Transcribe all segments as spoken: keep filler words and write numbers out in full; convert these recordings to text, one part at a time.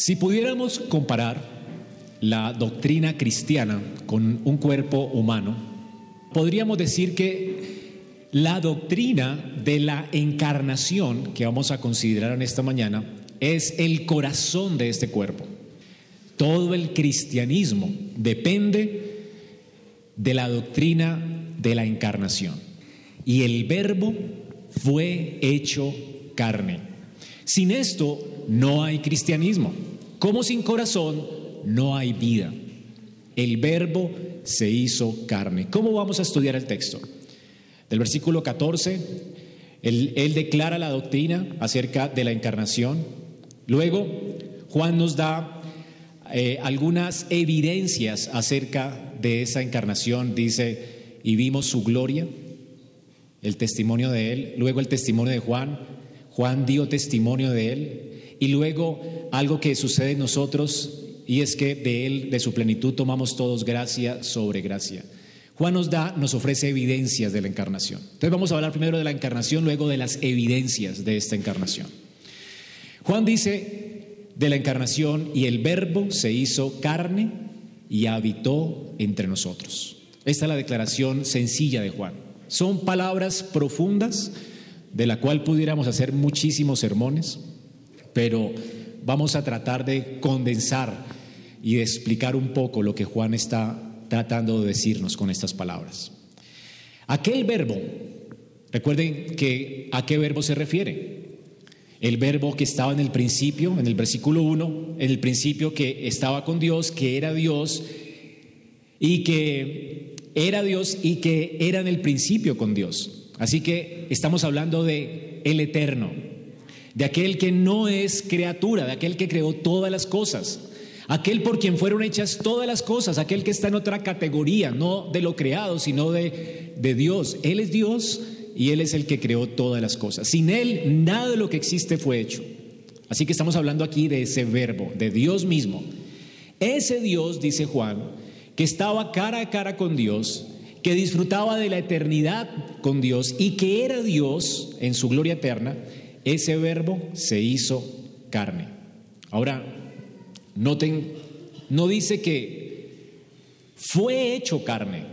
Si pudiéramos comparar la doctrina cristiana con un cuerpo humano, podríamos decir que la doctrina de la encarnación que vamos a considerar en esta mañana es el corazón de este cuerpo. Todo el cristianismo depende de la doctrina de la encarnación. Y el Verbo fue hecho carne. Sin esto no hay cristianismo. Como sin corazón no hay vida. El Verbo se hizo carne. ¿Cómo vamos a estudiar el texto? Del versículo catorce, él, él declara la doctrina acerca de la encarnación. Luego, Juan nos da eh, algunas evidencias acerca de esa encarnación. Dice, y vimos su gloria, el testimonio de él. Luego el testimonio de Juan. Juan dio testimonio de él. Y luego algo que sucede en nosotros, y es que de él, de su plenitud, tomamos todos gracia sobre gracia. Juan nos da, nos ofrece evidencias de la encarnación. Entonces vamos a hablar primero de la encarnación, luego de las evidencias de esta encarnación. Juan dice de la encarnación, y el Verbo se hizo carne y habitó entre nosotros. Esta es la declaración sencilla de Juan. Son palabras profundas de la cual pudiéramos hacer muchísimos sermones, pero vamos a tratar de condensar y de explicar un poco lo que Juan está tratando de decirnos con estas palabras. Aquel verbo, recuerden que a qué verbo se refiere. El verbo que estaba en el principio, en el versículo uno, en el principio que estaba con Dios, que era Dios y que era Dios y que era en el principio con Dios. Así que estamos hablando de el eterno, de aquel que no es criatura, de aquel que creó todas las cosas, aquel por quien fueron hechas todas las cosas, aquel que está en otra categoría, no de lo creado, sino de, de Dios. Él es Dios y Él es el que creó todas las cosas. Sin Él, nada de lo que existe fue hecho. Así que estamos hablando aquí de ese verbo, de Dios mismo. Ese Dios, dice Juan, que estaba cara a cara con Dios, que disfrutaba de la eternidad con Dios y que era Dios en su gloria eterna, ese verbo se hizo carne. Ahora, noten, no dice que fue hecho carne.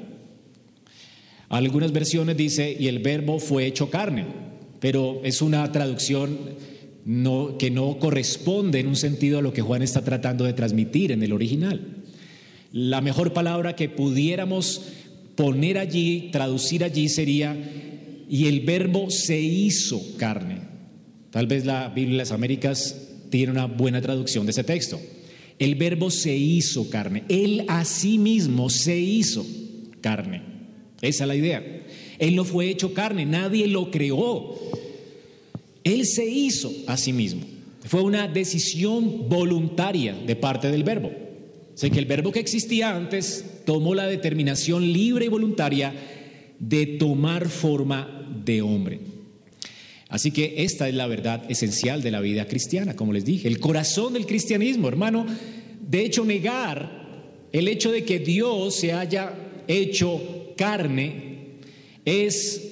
Algunas versiones dice, y el verbo fue hecho carne, pero es una traducción no, que no corresponde en un sentido a lo que Juan está tratando de transmitir en el original. La mejor palabra que pudiéramos poner allí, traducir allí sería, y el verbo se hizo carne. Tal vez la Biblia de las Américas tiene una buena traducción de ese texto. El verbo se hizo carne. Él a sí mismo se hizo carne. Esa es la idea. Él no fue hecho carne, nadie lo creó. Él se hizo a sí mismo. Fue una decisión voluntaria de parte del verbo. O sea que el verbo que existía antes tomó la determinación libre y voluntaria de tomar forma de hombre. Así que esta es la verdad esencial de la vida cristiana, como les dije, el corazón del cristianismo, hermano. De hecho, negar el hecho de que Dios se haya hecho carne es,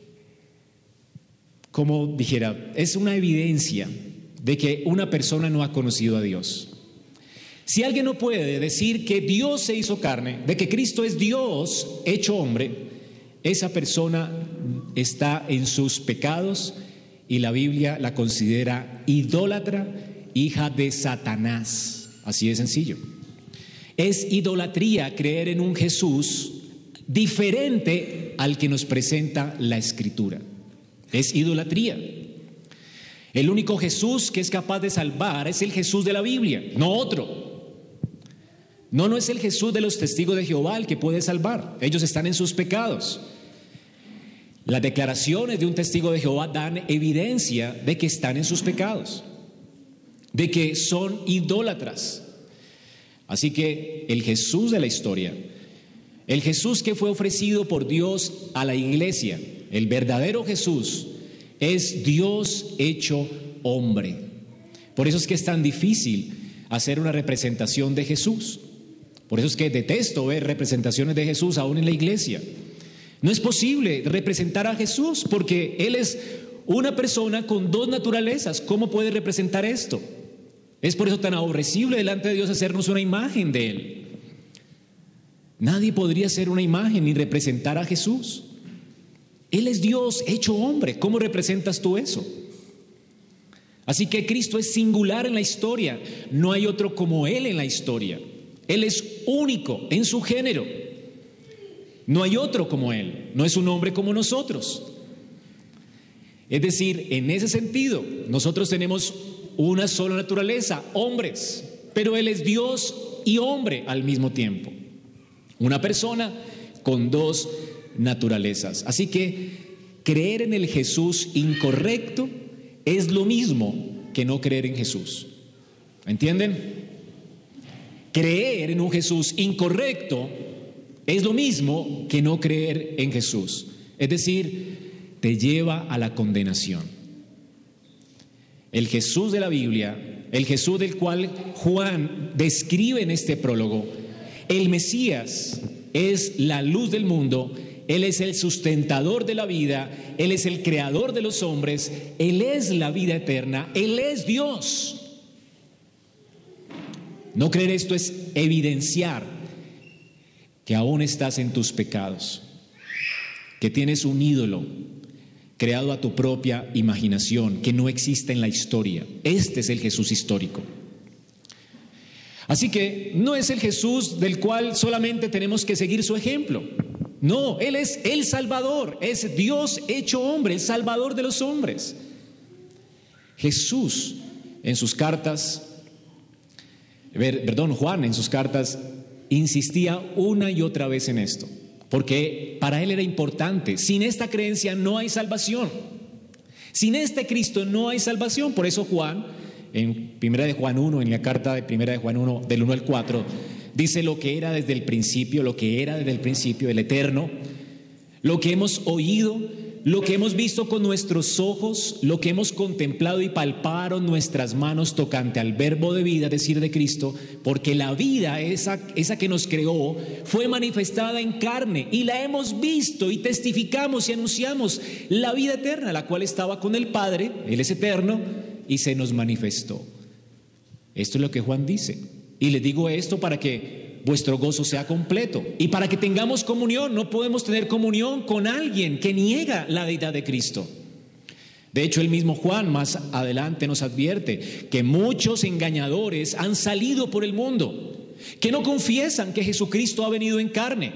como dijera, es una evidencia de que una persona no ha conocido a Dios. Si alguien no puede decir que Dios se hizo carne, de que Cristo es Dios hecho hombre, esa persona está en sus pecados y la Biblia la considera idólatra, hija de Satanás. Así de sencillo. Es idolatría creer en un Jesús diferente al que nos presenta la Escritura. Es idolatría. El único Jesús que es capaz de salvar es el Jesús de la Biblia, no otro. No, no es el Jesús de los testigos de Jehová el que puede salvar. Ellos están en sus pecados. Las declaraciones de un testigo de Jehová dan evidencia de que están en sus pecados, de que son idólatras. Así que el Jesús de la historia, el Jesús que fue ofrecido por Dios a la iglesia, el verdadero Jesús, es Dios hecho hombre. Por eso es que es tan difícil hacer una representación de Jesús. Por eso es que detesto ver representaciones de Jesús aún en la iglesia. No es posible representar a Jesús porque Él es una persona con dos naturalezas. ¿Cómo puede representar esto? Es por eso tan aborrecible delante de Dios hacernos una imagen de Él. Nadie podría ser una imagen ni representar a Jesús. Él es Dios hecho hombre. ¿Cómo representas tú eso? Así que Cristo es singular en la historia. No hay otro como Él en la historia. Él es único en su género. No hay otro como Él. No es un hombre como nosotros. Es decir, en ese sentido, nosotros tenemos una sola naturaleza, hombres, pero Él es Dios y hombre al mismo tiempo. Una persona con dos naturalezas. Así que creer en el Jesús incorrecto es lo mismo que no creer en Jesús. ¿Entienden? Creer en un Jesús incorrecto es lo mismo que no creer en Jesús. Es decir, te lleva a la condenación. El Jesús de la Biblia, el Jesús del cual Juan describe en este prólogo, el Mesías es la luz del mundo, Él es el sustentador de la vida, Él es el creador de los hombres, Él es la vida eterna, Él es Dios. No creer esto es evidenciar que aún estás en tus pecados, que tienes un ídolo creado a tu propia imaginación, que no existe en la historia. Este es el Jesús histórico. Así que no es el Jesús del cual solamente tenemos que seguir su ejemplo. No, Él es el Salvador, es Dios hecho hombre, el Salvador de los hombres. Jesús en sus cartas, perdón, Juan en sus cartas insistía una y otra vez en esto, porque para él era importante. Sin esta creencia no hay salvación. Sin este Cristo no hay salvación. Por eso Juan, en primera de Juan uno, en la carta de primera de Juan uno, del uno al cuatro, dice lo que era desde el principio, lo que era desde el principio, el eterno, lo que hemos oído, lo que hemos visto con nuestros ojos, lo que hemos contemplado y palparon nuestras manos tocante al verbo de vida, es decir, de Cristo, porque la vida, esa, esa que nos creó, fue manifestada en carne y la hemos visto y testificamos y anunciamos la vida eterna, la cual estaba con el Padre, Él es eterno, y se nos manifestó. Esto es lo que Juan dice. Y les digo esto para que vuestro gozo sea completo y para que tengamos comunión. No podemos tener comunión con alguien que niega la deidad de Cristo. De hecho, el mismo Juan más adelante nos advierte que muchos engañadores han salido por el mundo, que no confiesan que Jesucristo ha venido en carne.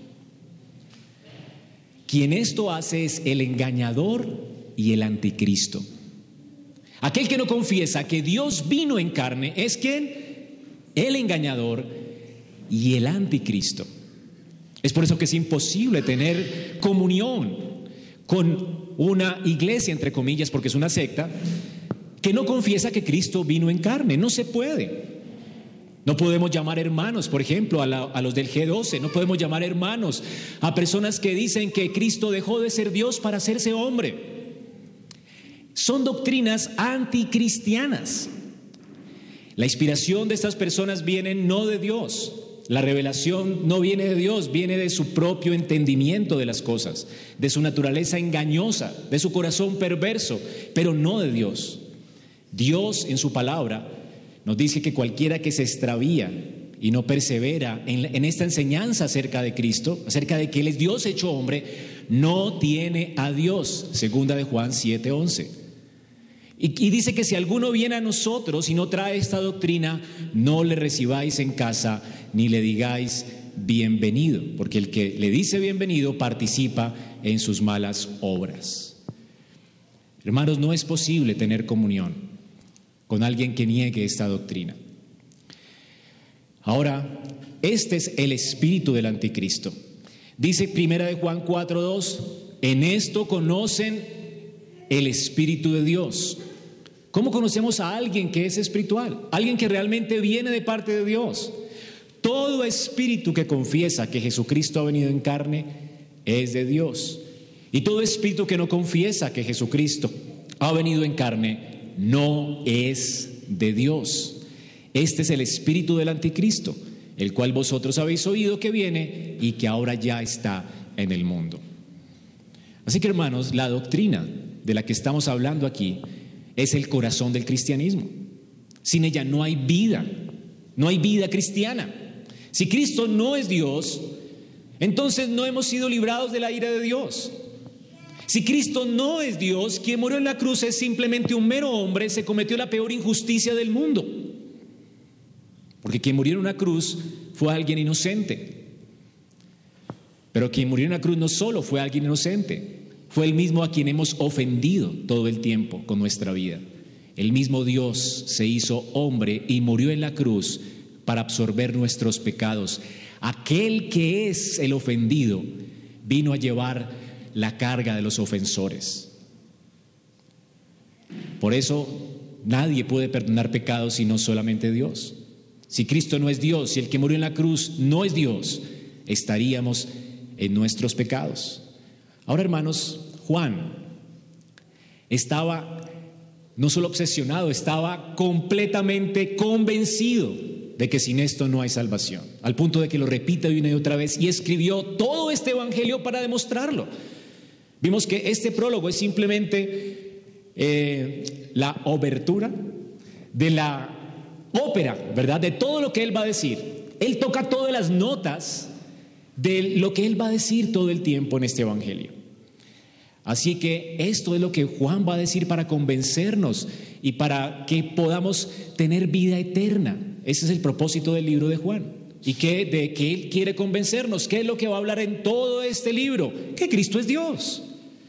Quien esto hace es el engañador y el anticristo. Aquel que no confiesa que Dios vino en carne es quien, el engañador y el anticristo. Es por eso que es imposible tener comunión con una iglesia, entre comillas, porque es una secta, que no confiesa que Cristo vino en carne. No se puede. No podemos llamar hermanos, por ejemplo, a, la, a los del G doce. No podemos llamar hermanos a personas que dicen que Cristo dejó de ser Dios para hacerse hombre. Son doctrinas anticristianas. La inspiración de estas personas viene no de Dios. La revelación no viene de Dios, viene de su propio entendimiento de las cosas, de su naturaleza engañosa, de su corazón perverso, pero no de Dios. Dios en su palabra nos dice que cualquiera que se extravía y no persevera en, en esta enseñanza acerca de Cristo, acerca de que Él es Dios hecho hombre, no tiene a Dios. Segunda de Juan siete once. Y, y dice que si alguno viene a nosotros y no trae esta doctrina, no le recibáis en casa ni le digáis bienvenido, porque el que le dice bienvenido participa en sus malas obras. Hermanos, no es posible tener comunión con alguien que niegue esta doctrina. Ahora, este es el espíritu del anticristo. Dice primera de Juan cuatro dos, en esto conocen el Espíritu de Dios. ¿Cómo conocemos a alguien que es espiritual? Alguien que realmente viene de parte de Dios. Todo espíritu que confiesa que Jesucristo ha venido en carne es de Dios. Y todo espíritu que no confiesa que Jesucristo ha venido en carne no es de Dios. Este es el espíritu del anticristo, el cual vosotros habéis oído que viene y que ahora ya está en el mundo. Así que, hermanos, la doctrina de la que estamos hablando aquí es el corazón del cristianismo. Sin ella no hay vida, no hay vida cristiana. Si Cristo no es Dios, entonces no hemos sido librados de la ira de Dios. Si Cristo no es Dios, quien murió en la cruz es simplemente un mero hombre, se cometió la peor injusticia del mundo. Porque quien murió en una cruz fue alguien inocente. Pero quien murió en la cruz no solo fue alguien inocente, fue el mismo a quien hemos ofendido todo el tiempo con nuestra vida. El mismo Dios se hizo hombre y murió en la cruz para absorber nuestros pecados. Aquel que es el ofendido vino a llevar la carga de los ofensores. Por eso nadie puede perdonar pecados sino solamente Dios. Si Cristo no es Dios, si el que murió en la cruz no es Dios, estaríamos en nuestros pecados. Ahora, hermanos, Juan estaba no solo obsesionado, estaba completamente convencido de que sin esto no hay salvación, al punto de que lo repite una y otra vez y escribió todo este evangelio para demostrarlo. Vimos que este prólogo es simplemente eh, la obertura de la ópera, ¿verdad? De todo lo que él va a decir. Él toca todas las notas de lo que él va a decir todo el tiempo en este evangelio. Así que esto es lo que Juan va a decir para convencernos y para que podamos tener vida eterna. Ese es el propósito del libro de Juan. ¿Y qué, de qué él quiere convencernos? ¿Qué es lo que va a hablar en todo este libro? Que Cristo es Dios.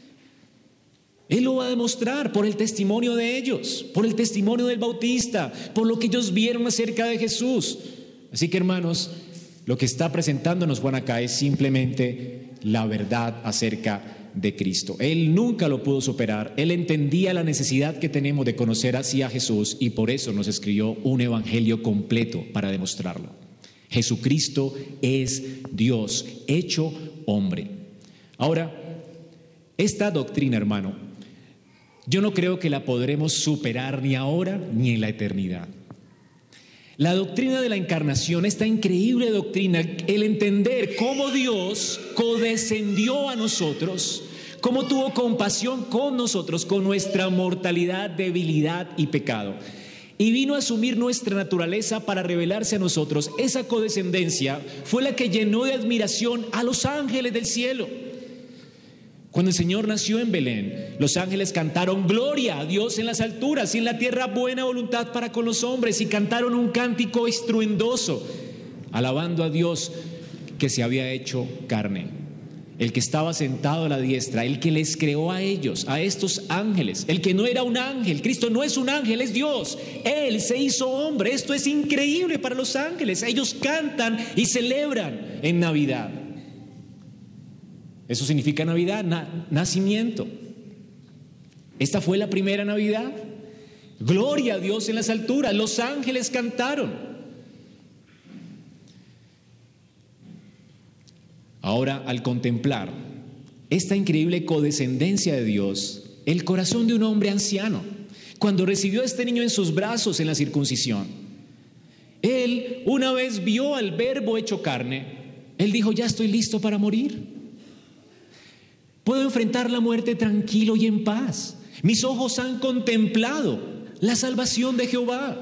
Él lo va a demostrar por el testimonio de ellos, por el testimonio del Bautista, por lo que ellos vieron acerca de Jesús. Así que, hermanos, lo que está presentándonos Juan acá es simplemente la verdad acerca de Cristo. Él nunca lo pudo superar. Él entendía la necesidad que tenemos de conocer así a Jesús y por eso nos escribió un evangelio completo para demostrarlo. Jesucristo es Dios hecho hombre. Ahora, esta doctrina, hermano, yo no creo que la podremos superar ni ahora ni en la eternidad. La doctrina de la encarnación, esta increíble doctrina, el entender cómo Dios condescendió a nosotros, cómo tuvo compasión con nosotros, con nuestra mortalidad, debilidad y pecado, y vino a asumir nuestra naturaleza para revelarse a nosotros. Esa condescendencia fue la que llenó de admiración a los ángeles del cielo. Cuando el Señor nació en Belén, los ángeles cantaron gloria a Dios en las alturas y en la tierra buena voluntad para con los hombres, y cantaron un cántico estruendoso, alabando a Dios que se había hecho carne, el que estaba sentado a la diestra, el que les creó a ellos, a estos ángeles, el que no era un ángel. Cristo no es un ángel, es Dios. Él se hizo hombre. Esto es increíble para los ángeles. Ellos cantan y celebran en Navidad. Eso significa Navidad, na- nacimiento. Esta fue la primera Navidad. Gloria a Dios en las alturas. Los ángeles cantaron. Ahora, al contemplar esta increíble condescendencia de Dios, el corazón de un hombre anciano, cuando recibió a este niño en sus brazos en la circuncisión, él una vez vio al Verbo hecho carne. Él dijo: ya estoy listo para morir. Puedo enfrentar la muerte tranquilo y en paz. Mis ojos han contemplado la salvación de Jehová.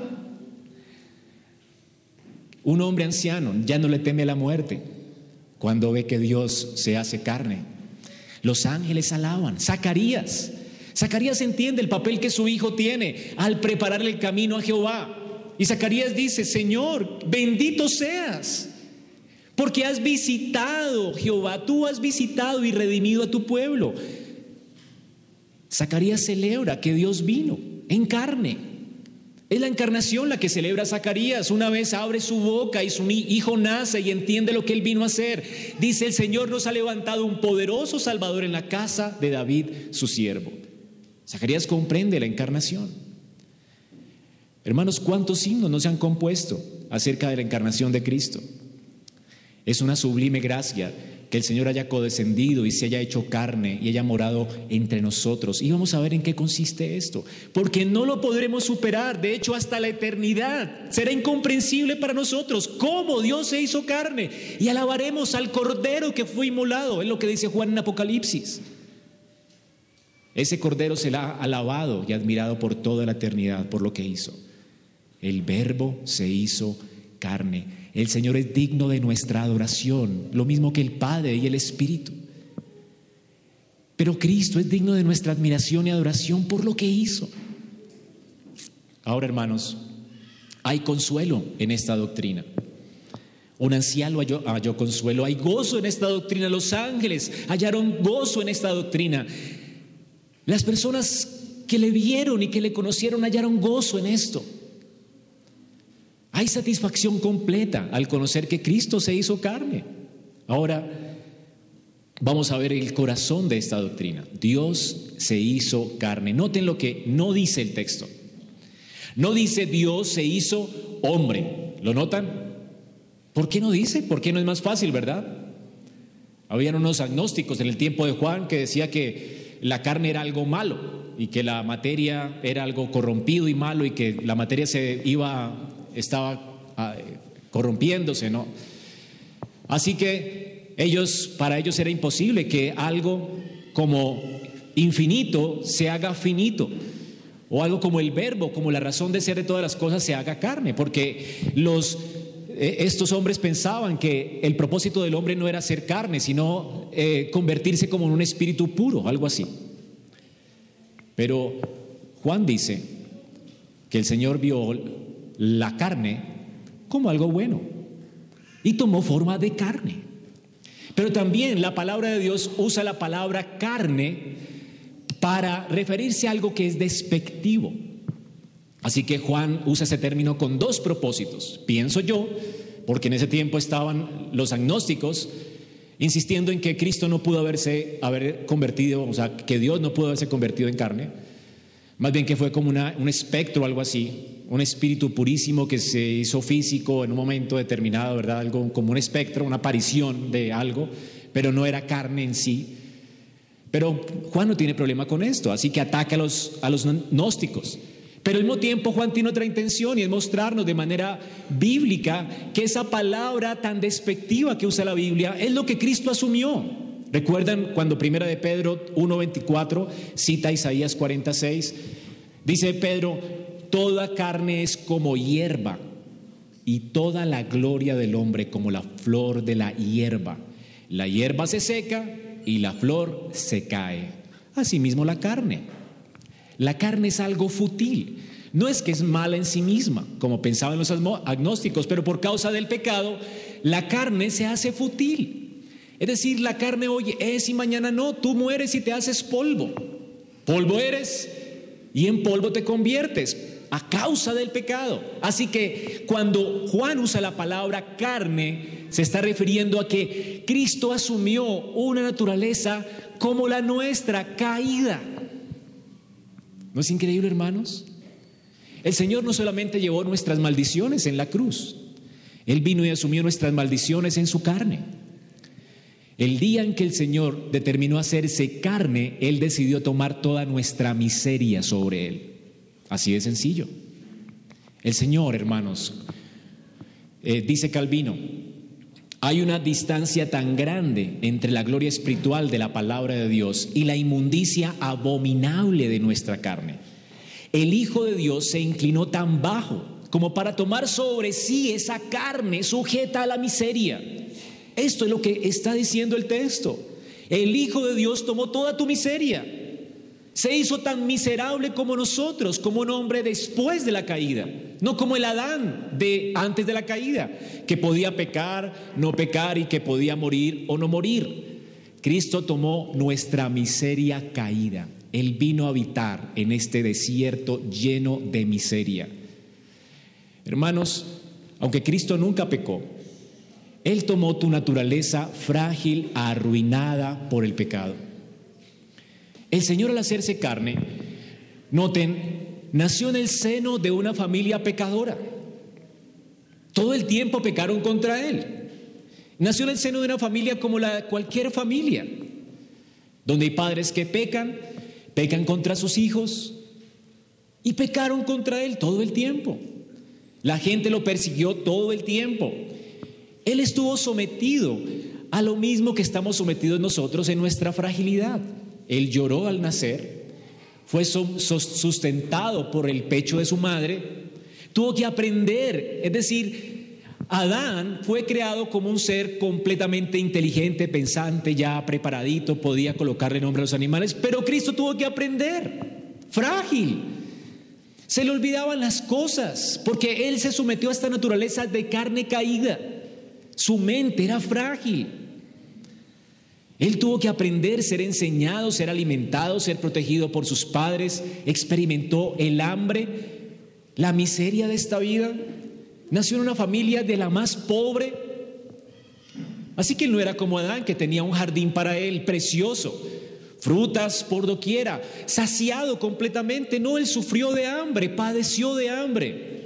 Un hombre anciano ya no le teme a la muerte cuando ve que Dios se hace carne. Los ángeles alaban. Zacarías, Zacarías entiende el papel que su hijo tiene al prepararle el camino a Jehová. Y Zacarías dice: Señor, bendito seas, porque has visitado, Jehová, tú has visitado y redimido a tu pueblo. Zacarías celebra que Dios vino en carne. Es la encarnación la que celebra Zacarías. Una vez abre su boca y su hijo nace y entiende lo que él vino a hacer. Dice: el Señor nos ha levantado un poderoso Salvador en la casa de David, su siervo. Zacarías comprende la encarnación. Hermanos, ¿cuántos himnos no se han compuesto acerca de la encarnación de Cristo? Es una sublime gracia que el Señor haya condescendido y se haya hecho carne y haya morado entre nosotros. Y vamos a ver en qué consiste esto, porque no lo podremos superar. De hecho, hasta la eternidad será incomprensible para nosotros cómo Dios se hizo carne, y alabaremos al Cordero que fue inmolado. Es lo que dice Juan en Apocalipsis. Ese Cordero será alabado y admirado por toda la eternidad por lo que hizo. El Verbo se hizo carne. El Señor es digno de nuestra adoración, lo mismo que el Padre y el Espíritu. Pero Cristo es digno de nuestra admiración y adoración por lo que hizo. Ahora, hermanos, hay consuelo en esta doctrina. Un anciano halló, halló consuelo, hay gozo en esta doctrina. Los ángeles hallaron gozo en esta doctrina. Las personas que le vieron y que le conocieron hallaron gozo en esto. Hay satisfacción completa al conocer que Cristo se hizo carne. Ahora vamos a ver el corazón de esta doctrina. Dios se hizo carne. Noten lo que no dice el texto. No dice Dios se hizo hombre. ¿Lo notan? ¿Por qué no dice? ¿Por qué no es más fácil, verdad? Habían unos agnósticos en el tiempo de Juan que decía que la carne era algo malo y que la materia era algo corrompido y malo y que la materia se iba, estaba corrompiéndose, ¿no? Así que ellos, para ellos era imposible que algo como infinito se haga finito, o algo como el Verbo, como la razón de ser de todas las cosas, se haga carne, porque los estos hombres pensaban que el propósito del hombre no era ser carne, sino eh, convertirse como en un espíritu puro, algo así. Pero Juan dice que el Señor vio la carne como algo bueno y tomó forma de carne. Pero también la palabra de Dios usa la palabra carne para referirse a algo que es despectivo. Así que Juan usa ese término con dos propósitos, pienso yo, porque en ese tiempo estaban los agnósticos insistiendo en que Cristo no pudo haberse haber convertido, o sea, que Dios no pudo haberse convertido en carne, más bien que fue como una, un espectro o algo así, un espíritu purísimo que se hizo físico en un momento determinado, ¿verdad? Algo como un espectro, una aparición de algo, pero no era carne en sí. Pero Juan no tiene problema con esto, así que ataca a los, a los gnósticos. Pero al mismo tiempo Juan tiene otra intención, y es mostrarnos de manera bíblica que esa palabra tan despectiva que usa la Biblia es lo que Cristo asumió. ¿Recuerdan cuando primera de Pedro uno veinticuatro cita Isaías cuarenta y seis? Dice Pedro: toda carne es como hierba, y toda la gloria del hombre como la flor de la hierba. La hierba se seca y la flor se cae. Asimismo la carne. La carne es algo fútil. No es que es mala en sí misma, como pensaban los agnósticos, pero por causa del pecado, la carne se hace fútil. Es decir, la carne hoy es y mañana no. Tú mueres y te haces polvo. Polvo eres y en polvo te conviertes a causa del pecado. Así que cuando Juan usa la palabra carne, se está refiriendo a que Cristo asumió una naturaleza como la nuestra, caída. ¿No es increíble, hermanos? El Señor no solamente llevó nuestras maldiciones en la cruz, Él vino y asumió nuestras maldiciones en su carne. El día en que el Señor determinó hacerse carne, Él decidió tomar toda nuestra miseria sobre Él. Así de sencillo. El Señor, hermanos, eh, dice Calvino, hay una distancia tan grande entre la gloria espiritual de la palabra de Dios y la inmundicia abominable de nuestra carne. El Hijo de Dios se inclinó tan bajo como para tomar sobre sí esa carne sujeta a la miseria. Esto es lo que está diciendo el texto. El Hijo de Dios tomó toda tu miseria. Se hizo tan miserable como nosotros, como un hombre después de la caída, no como el Adán de antes de la caída, que podía pecar, no pecar y que podía morir o no morir. Cristo tomó nuestra miseria caída. Él vino a habitar en este desierto lleno de miseria. Hermanos, aunque Cristo nunca pecó, Él tomó tu naturaleza frágil, arruinada por el pecado. El Señor, al hacerse carne, noten, nació en el seno de una familia pecadora. Todo el tiempo pecaron contra Él. Nació en el seno de una familia como la cualquier familia, donde hay padres que pecan, pecan contra sus hijos y pecaron contra Él todo el tiempo. La gente lo persiguió todo el tiempo. Él estuvo sometido a lo mismo que estamos sometidos nosotros en nuestra fragilidad. Él lloró al nacer, fue sustentado por el pecho de su madre, tuvo que aprender. Es decir, Adán fue creado como un ser completamente inteligente, pensante, ya preparadito, podía colocarle nombre a los animales, pero Cristo tuvo que aprender, frágil. Se le olvidaban las cosas, porque Él se sometió a esta naturaleza de carne caída. Su mente era frágil. Él tuvo que aprender, ser enseñado, ser alimentado, ser protegido por sus padres. Experimentó el hambre, la miseria de esta vida. Nació en una familia de la más pobre. Así que no era como Adán, que tenía un jardín para él precioso, frutas por doquiera, saciado completamente. No, él sufrió de hambre, padeció de hambre.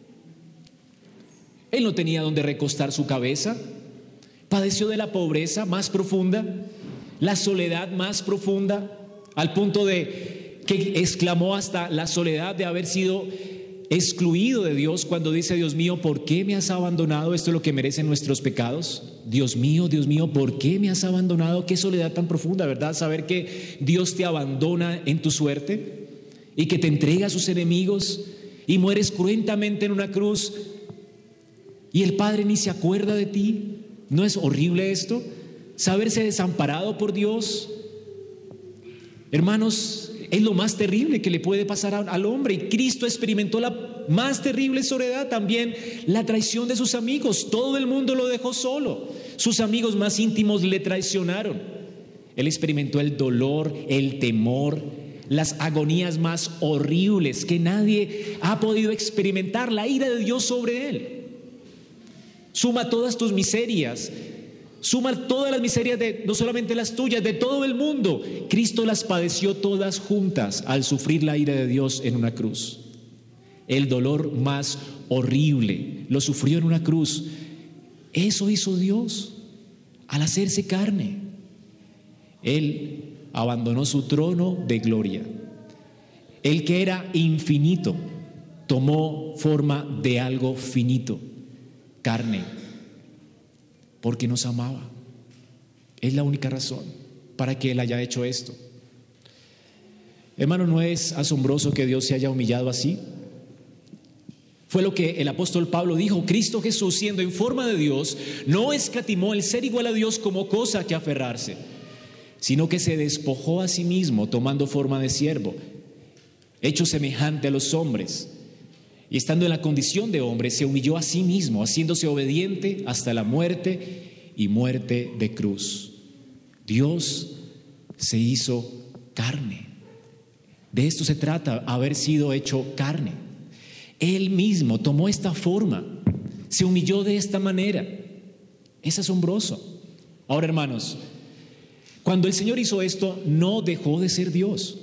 Él no tenía donde recostar su cabeza. Padeció de la pobreza más profunda, la soledad más profunda, al punto de que exclamó hasta la soledad de haber sido excluido de Dios, cuando dice: Dios mío, ¿por qué me has abandonado? Esto es lo que merecen nuestros pecados. Dios mío, Dios mío, ¿por qué me has abandonado? Qué soledad tan profunda, ¿verdad? Saber que Dios te abandona en tu suerte y que te entrega a sus enemigos y mueres cruentamente en una cruz y el Padre ni se acuerda de ti. ¿No es horrible esto? Saberse desamparado por Dios. Hermanos, es lo más terrible que le puede pasar al hombre. Y Cristo experimentó la más terrible soledad, también la traición de sus amigos. Todo el mundo lo dejó solo. Sus amigos más íntimos le traicionaron. Él experimentó el dolor, el temor, las agonías más horribles que nadie ha podido experimentar, la ira de Dios sobre él. Suma todas tus miserias, suma todas las miserias de, no solamente las tuyas, de todo el mundo. Cristo las padeció todas juntas al sufrir la ira de Dios en una cruz. El dolor más horrible lo sufrió en una cruz. Eso hizo Dios al hacerse carne. Él abandonó su trono de gloria. El que era infinito tomó forma de algo finito, carne, porque nos amaba. Es la única razón para que Él haya hecho esto. Hermano, ¿no es asombroso que Dios se haya humillado así? Fue lo que el apóstol Pablo dijo: Cristo Jesús, siendo en forma de Dios, no escatimó el ser igual a Dios como cosa que aferrarse, sino que se despojó a sí mismo, tomando forma de siervo, hecho semejante a los hombres. Y estando en la condición de hombre, se humilló a sí mismo, haciéndose obediente hasta la muerte y muerte de cruz. Dios se hizo carne. De esto se trata, haber sido hecho carne. Él mismo tomó esta forma, se humilló de esta manera. Es asombroso. Ahora, hermanos, cuando el Señor hizo esto, no dejó de ser Dios.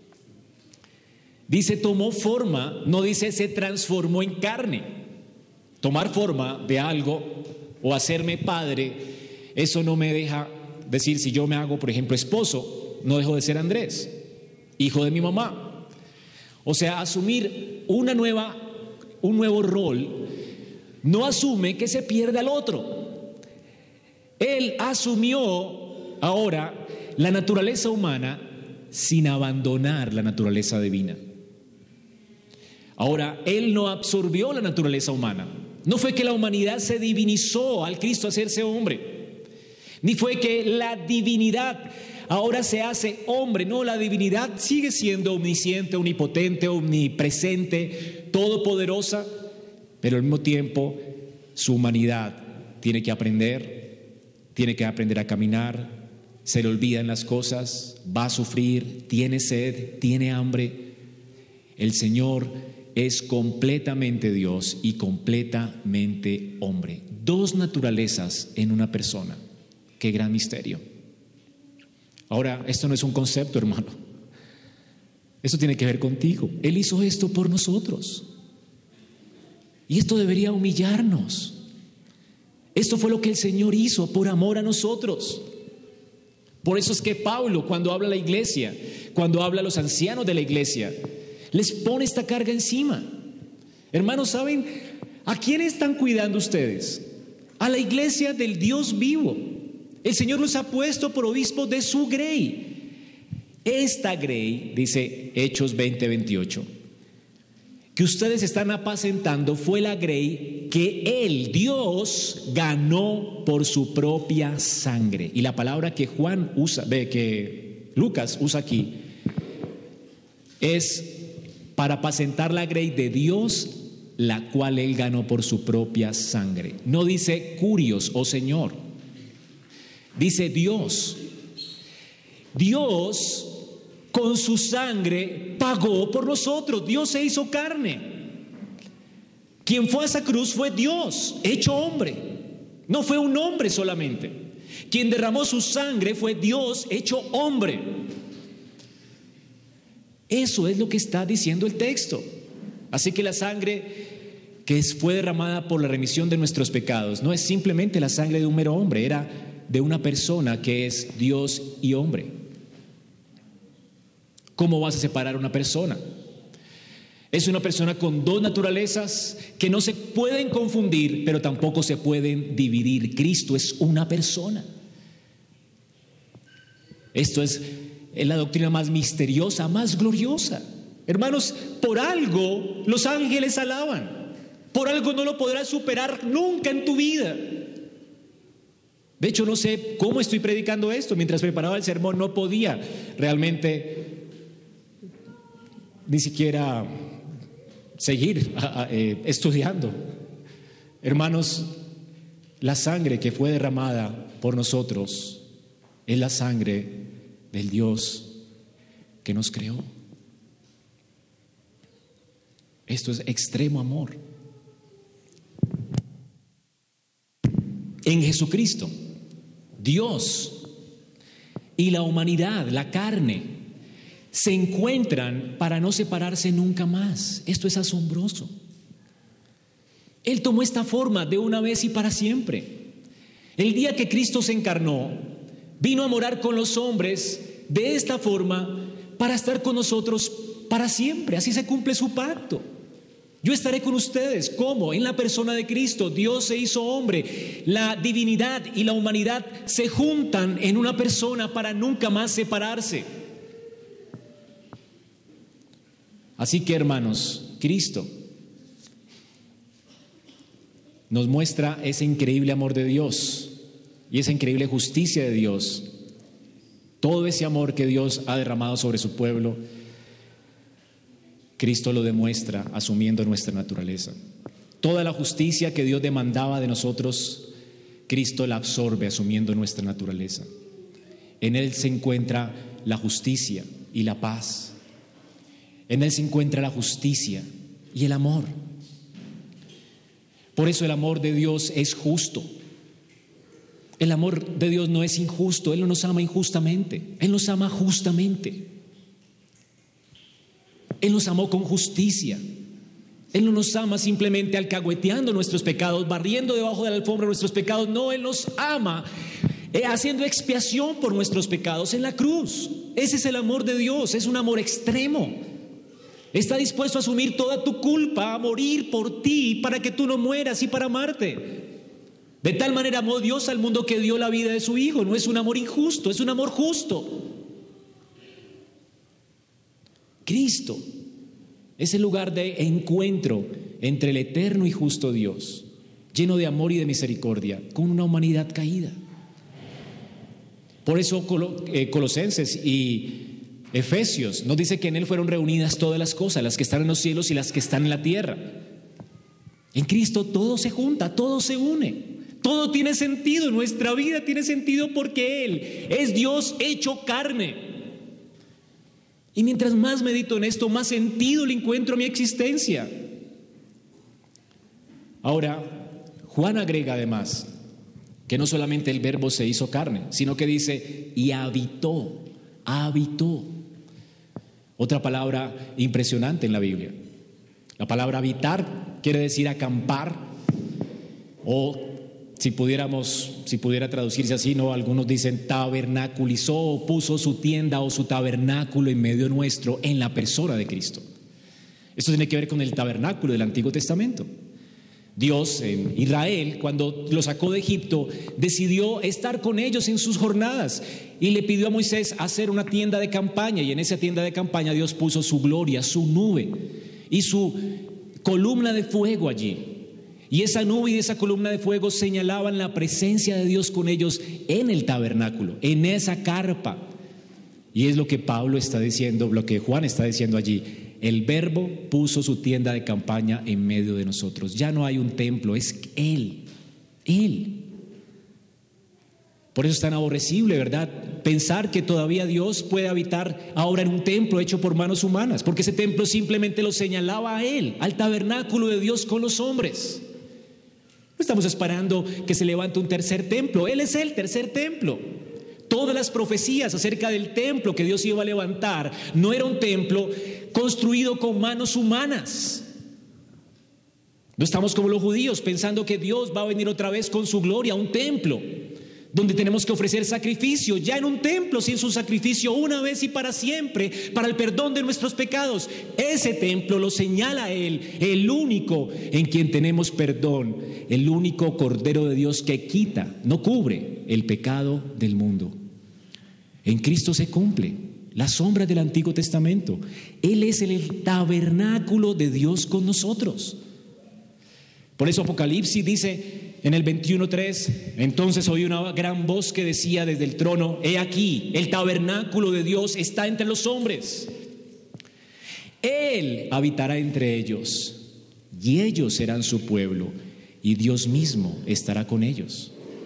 Dice tomó forma, no dice se transformó en carne. Tomar forma de algo o hacerme padre, eso no me deja decir, si yo me hago, por ejemplo, esposo, no dejo de ser Andrés, hijo de mi mamá. O sea, asumir una nueva, un nuevo rol no asume que se pierda el otro. Él asumió ahora la naturaleza humana sin abandonar la naturaleza divina. Ahora, Él no absorbió la naturaleza humana. No fue que la humanidad se divinizó al Cristo hacerse hombre, ni fue que la divinidad ahora se hace hombre. No, la divinidad sigue siendo omnisciente, omnipotente, omnipresente, todopoderosa, pero al mismo tiempo su humanidad tiene que aprender, tiene que aprender a caminar, se le olvidan las cosas, va a sufrir, tiene sed, tiene hambre. El Señor es completamente Dios y completamente hombre. Dos naturalezas en una persona. Qué gran misterio. Ahora, esto no es un concepto, hermano. Esto tiene que ver contigo. Él hizo esto por nosotros. Y esto debería humillarnos. Esto fue lo que el Señor hizo por amor a nosotros. Por eso es que Pablo, cuando habla a la iglesia, cuando habla a los ancianos de la iglesia, les pone esta carga encima. Hermanos, ¿saben a quién están cuidando ustedes? A la iglesia del Dios vivo. El Señor los ha puesto por obispos de su grey. Esta grey, dice Hechos veinte veintiocho, que ustedes están apacentando fue la grey que Él, Dios, ganó por su propia sangre. Y la palabra que Juan usa, de que Lucas usa aquí, es para apacentar la grey de Dios, la cual Él ganó por su propia sangre. No dice curios o Señor, dice Dios. Dios con su sangre pagó por nosotros. Dios se hizo carne. Quien fue a esa cruz fue Dios, hecho hombre. No fue un hombre solamente. Quien derramó su sangre fue Dios, hecho hombre. Eso es lo que está diciendo el texto. Así que la sangre que fue derramada por la remisión de nuestros pecados no es simplemente la sangre de un mero hombre, era de una persona que es Dios y hombre. ¿Cómo vas a separar a una persona? Es una persona con dos naturalezas que no se pueden confundir, pero tampoco se pueden dividir. Cristo es una persona. Esto es, es la doctrina más misteriosa, más gloriosa. Hermanos, por algo los ángeles alaban. Por algo no lo podrás superar nunca en tu vida. De hecho, no sé cómo estoy predicando esto. Mientras preparaba el sermón no podía realmente ni siquiera seguir a, a, eh, estudiando. Hermanos, la sangre que fue derramada por nosotros es la sangre del Dios que nos creó. Esto es extremo amor. En Jesucristo, Dios y la humanidad, la carne, se encuentran para no separarse nunca más. Esto es asombroso. Él tomó esta forma de una vez y para siempre. El día que Cristo se encarnó, vino a morar con los hombres de esta forma para estar con nosotros para siempre. Así se cumple su pacto. Yo estaré con ustedes. ¿Cómo? En la persona de Cristo. Dios se hizo hombre. La divinidad y la humanidad se juntan en una persona para nunca más separarse. Así que, hermanos, Cristo nos muestra ese increíble amor de Dios y esa increíble justicia de Dios. Todo ese amor que Dios ha derramado sobre su pueblo, Cristo lo demuestra asumiendo nuestra naturaleza. Toda la justicia que Dios demandaba de nosotros, Cristo la absorbe asumiendo nuestra naturaleza. En Él se encuentra la justicia y la paz. En Él se encuentra la justicia y el amor. Por eso el amor de Dios es justo. El amor de Dios no es injusto. Él no nos ama injustamente. Él nos ama justamente. Él nos amó con justicia. Él no nos ama simplemente alcahueteando nuestros pecados, barriendo debajo de la alfombra nuestros pecados. No, Él nos ama eh, haciendo expiación por nuestros pecados en la cruz. Ese es el amor de Dios. Es un amor extremo. Está dispuesto a asumir toda tu culpa, a morir por ti para que tú no mueras y para amarte. De tal manera amó Dios al mundo que dio la vida de su Hijo. No es un amor injusto, es un amor justo. Cristo es el lugar de encuentro entre el eterno y justo Dios, lleno de amor y de misericordia, con una humanidad caída. Por eso Colosenses y Efesios nos dice que en Él fueron reunidas todas las cosas, las que están en los cielos y las que están en la tierra. En Cristo todo se junta, todo se une, todo tiene sentido. Nuestra vida tiene sentido porque Él es Dios hecho carne. Y mientras más medito en esto, más sentido le encuentro a mi existencia. Ahora, Juan agrega además que no solamente el verbo se hizo carne, sino que dice y habitó, habitó. Otra palabra impresionante en la Biblia. La palabra habitar quiere decir acampar, o si pudiéramos, si pudiera traducirse así, no, algunos dicen tabernaculizó, o puso su tienda o su tabernáculo en medio nuestro en la persona de Cristo. Esto tiene que ver con el tabernáculo del Antiguo Testamento. Dios en Israel, cuando lo sacó de Egipto, decidió estar con ellos en sus jornadas y le pidió a Moisés hacer una tienda de campaña, y en esa tienda de campaña Dios puso su gloria, su nube, y su columna de fuego allí. Y esa nube y esa columna de fuego señalaban la presencia de Dios con ellos en el tabernáculo, en esa carpa. Y es lo que Pablo está diciendo, lo que Juan está diciendo allí. El Verbo puso su tienda de campaña en medio de nosotros. Ya no hay un templo, es Él, Él. Por eso es tan aborrecible, ¿verdad? Pensar que todavía Dios puede habitar ahora en un templo hecho por manos humanas, porque ese templo simplemente lo señalaba a Él, al tabernáculo de Dios con los hombres. No estamos esperando que se levante un tercer templo, Él es el tercer templo. Todas las profecías acerca del templo que Dios iba a levantar no era un templo construido con manos humanas. No estamos como los judíos pensando que Dios va a venir otra vez con su gloria a un templo donde tenemos que ofrecer sacrificio, ya en un templo sin su sacrificio una vez y para siempre, para el perdón de nuestros pecados. Ese templo lo señala a Él, el único en quien tenemos perdón, el único Cordero de Dios que quita, no cubre el pecado del mundo. En Cristo se cumple la sombra del Antiguo Testamento. Él es el tabernáculo de Dios con nosotros. Por eso Apocalipsis dice en el veintiuno tres, entonces oí una gran voz que decía desde el trono: he aquí, el tabernáculo de Dios está entre los hombres. Él habitará entre ellos, y ellos serán su pueblo, y Dios mismo estará con ellos.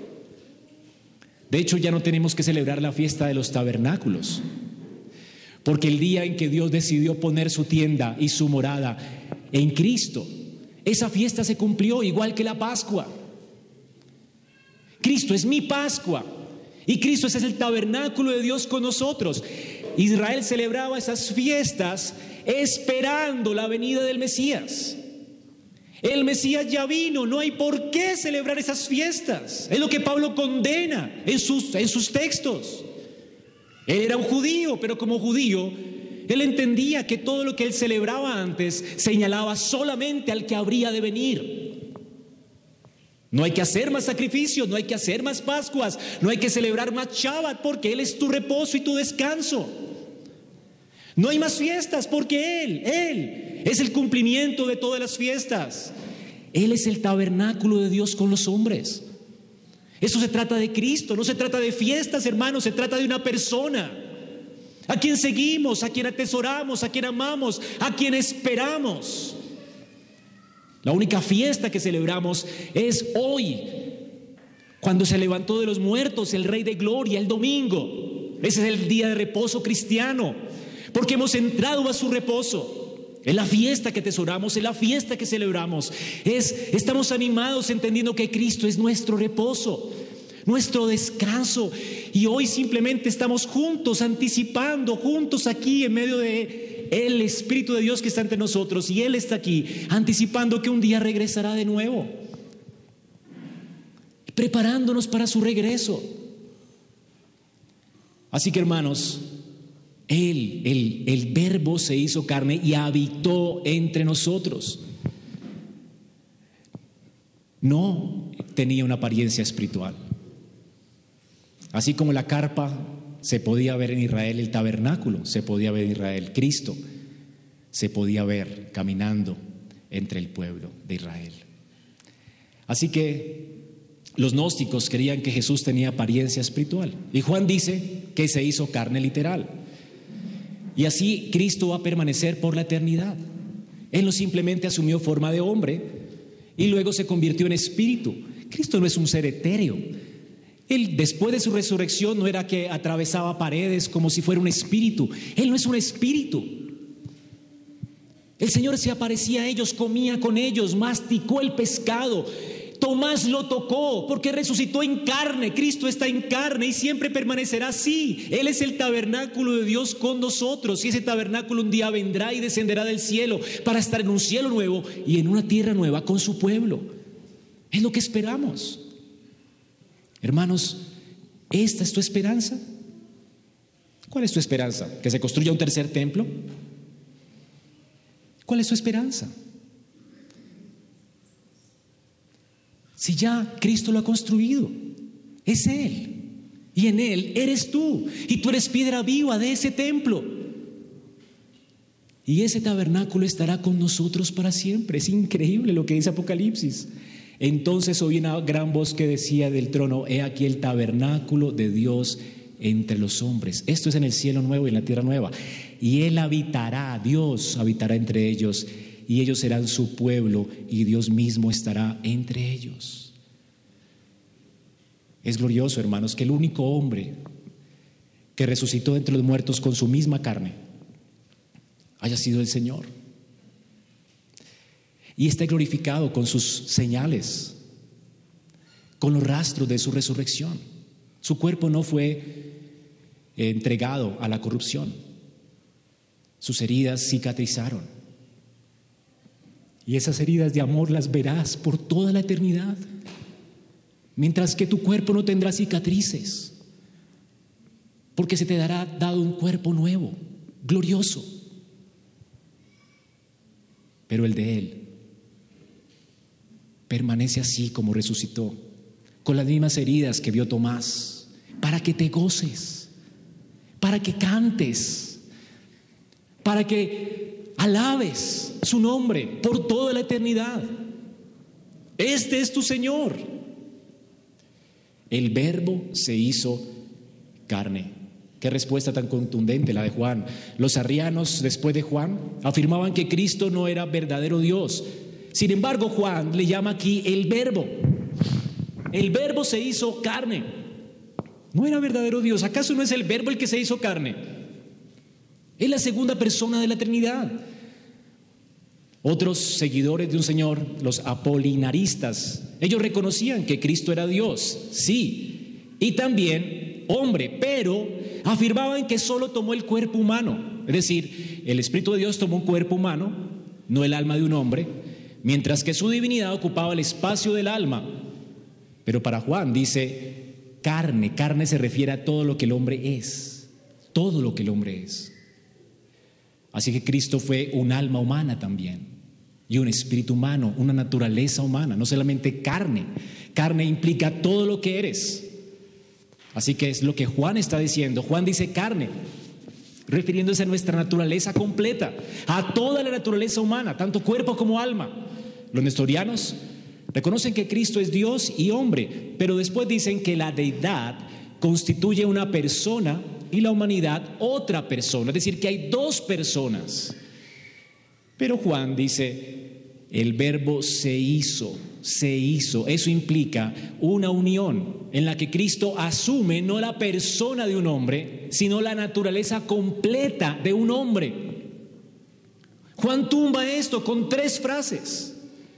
De hecho, ya no tenemos que celebrar la fiesta de los tabernáculos, porque el día en que Dios decidió poner su tienda y su morada en Cristo, esa fiesta se cumplió, igual que la Pascua. Cristo es mi Pascua y Cristo es el tabernáculo de Dios con nosotros. Israel celebraba esas fiestas esperando la venida del Mesías. El Mesías ya vino, no hay por qué celebrar esas fiestas. Es lo que Pablo condena en sus, en sus textos. Él era un judío, pero como judío, él entendía que todo lo que él celebraba antes señalaba solamente al que habría de venir. No hay que hacer más sacrificios, no hay que hacer más Pascuas, no hay que celebrar más Shabbat, porque Él es tu reposo y tu descanso. No hay más fiestas, porque Él, Él es el cumplimiento de todas las fiestas. Él es el tabernáculo de Dios con los hombres. Eso se trata de Cristo, no se trata de fiestas, hermanos, se trata de una persona a quien seguimos, a quien atesoramos, a quien amamos, a quien esperamos. La única fiesta que celebramos es hoy, cuando se levantó de los muertos el Rey de Gloria, el domingo. Ese es el día de reposo cristiano, porque hemos entrado a su reposo. Es la fiesta que atesoramos, es la fiesta que celebramos. Es, estamos animados entendiendo que Cristo es nuestro reposo, nuestro descanso. Y hoy simplemente estamos juntos, anticipando, juntos aquí en medio de el Espíritu de Dios que está entre nosotros, y Él está aquí anticipando que un día regresará de nuevo, preparándonos para su regreso. Así que, hermanos, Él, el, el Verbo se hizo carne y habitó entre nosotros. No tenía una apariencia espiritual. Así como la carpa se podía ver en Israel, el tabernáculo se podía ver en Israel, Cristo se podía ver caminando entre el pueblo de Israel. Así que los gnósticos creían que Jesús tenía apariencia espiritual, y Juan dice que se hizo carne literal. Y así Cristo va a permanecer por la eternidad. Él no simplemente asumió forma de hombre y luego se convirtió en espíritu. Cristo no es un ser etéreo. Él, después de su resurrección, no era que atravesaba paredes como si fuera un espíritu. Él no es un espíritu. El Señor se aparecía a ellos, comía con ellos, masticó el pescado. Tomás lo tocó porque resucitó en carne. Cristo está en carne y siempre permanecerá así. Él es el tabernáculo de Dios con nosotros, y ese tabernáculo un día vendrá y descenderá del cielo para estar en un cielo nuevo y en una tierra nueva con su pueblo. Es lo que esperamos. Hermanos, ¿esta es tu esperanza? ¿Cuál es tu esperanza? ¿Que se construya un tercer templo? ¿Cuál es tu esperanza? Si ya Cristo lo ha construido, es Él, y en Él eres tú, y tú eres piedra viva de ese templo. Y ese tabernáculo estará con nosotros para siempre. Es increíble lo que dice Apocalipsis. Entonces oí una gran voz que decía del trono: he aquí el tabernáculo de Dios entre los hombres. Esto es en el cielo nuevo y en la tierra nueva. Y Él habitará, Dios habitará entre ellos, y ellos serán su pueblo, y Dios mismo estará entre ellos. Es glorioso, hermanos, que el único hombre que resucitó entre los muertos con su misma carne haya sido el Señor. Y está glorificado con sus señales, con los rastros de su resurrección. Su cuerpo no fue entregado a la corrupción. Sus heridas cicatrizaron. Y esas heridas de amor las verás por toda la eternidad. Mientras que tu cuerpo no tendrá cicatrices, porque se te dará dado un cuerpo nuevo, glorioso. Pero el de Él permanece así como resucitó, con las mismas heridas que vio Tomás, para que te goces, para que cantes, para que alabes su nombre por toda la eternidad. Este es tu Señor. El Verbo se hizo carne. Qué respuesta tan contundente la de Juan. Los arrianos, después de Juan, afirmaban que Cristo no era verdadero Dios. Sin embargo, Juan le llama aquí el Verbo. El Verbo se hizo carne. No era verdadero Dios. ¿Acaso no es el Verbo el que se hizo carne? Es la segunda persona de la Trinidad. Otros seguidores de un Señor, los apolinaristas, ellos reconocían que Cristo era Dios, sí, y también hombre, pero afirmaban que solo tomó el cuerpo humano. Es decir, el Espíritu de Dios tomó un cuerpo humano, no el alma de un hombre, mientras que su divinidad ocupaba el espacio del alma. Pero para Juan dice carne. Carne se refiere a todo lo que el hombre es, todo lo que el hombre es. Así que Cristo fue un alma humana también, y un espíritu humano, una naturaleza humana, no solamente carne. Carne implica todo lo que eres. Así que es lo que Juan está diciendo. Juan dice carne, refiriéndose a nuestra naturaleza completa, a toda la naturaleza humana, tanto cuerpo como alma. Los nestorianos reconocen que Cristo es Dios y hombre, pero después dicen que la deidad constituye una persona y la humanidad otra persona, es decir, que hay dos personas. Pero Juan dice, el Verbo se hizo, se hizo. Eso implica una unión en la que Cristo asume no la persona de un hombre, sino la naturaleza completa de un hombre. Juan tumba esto con tres frases.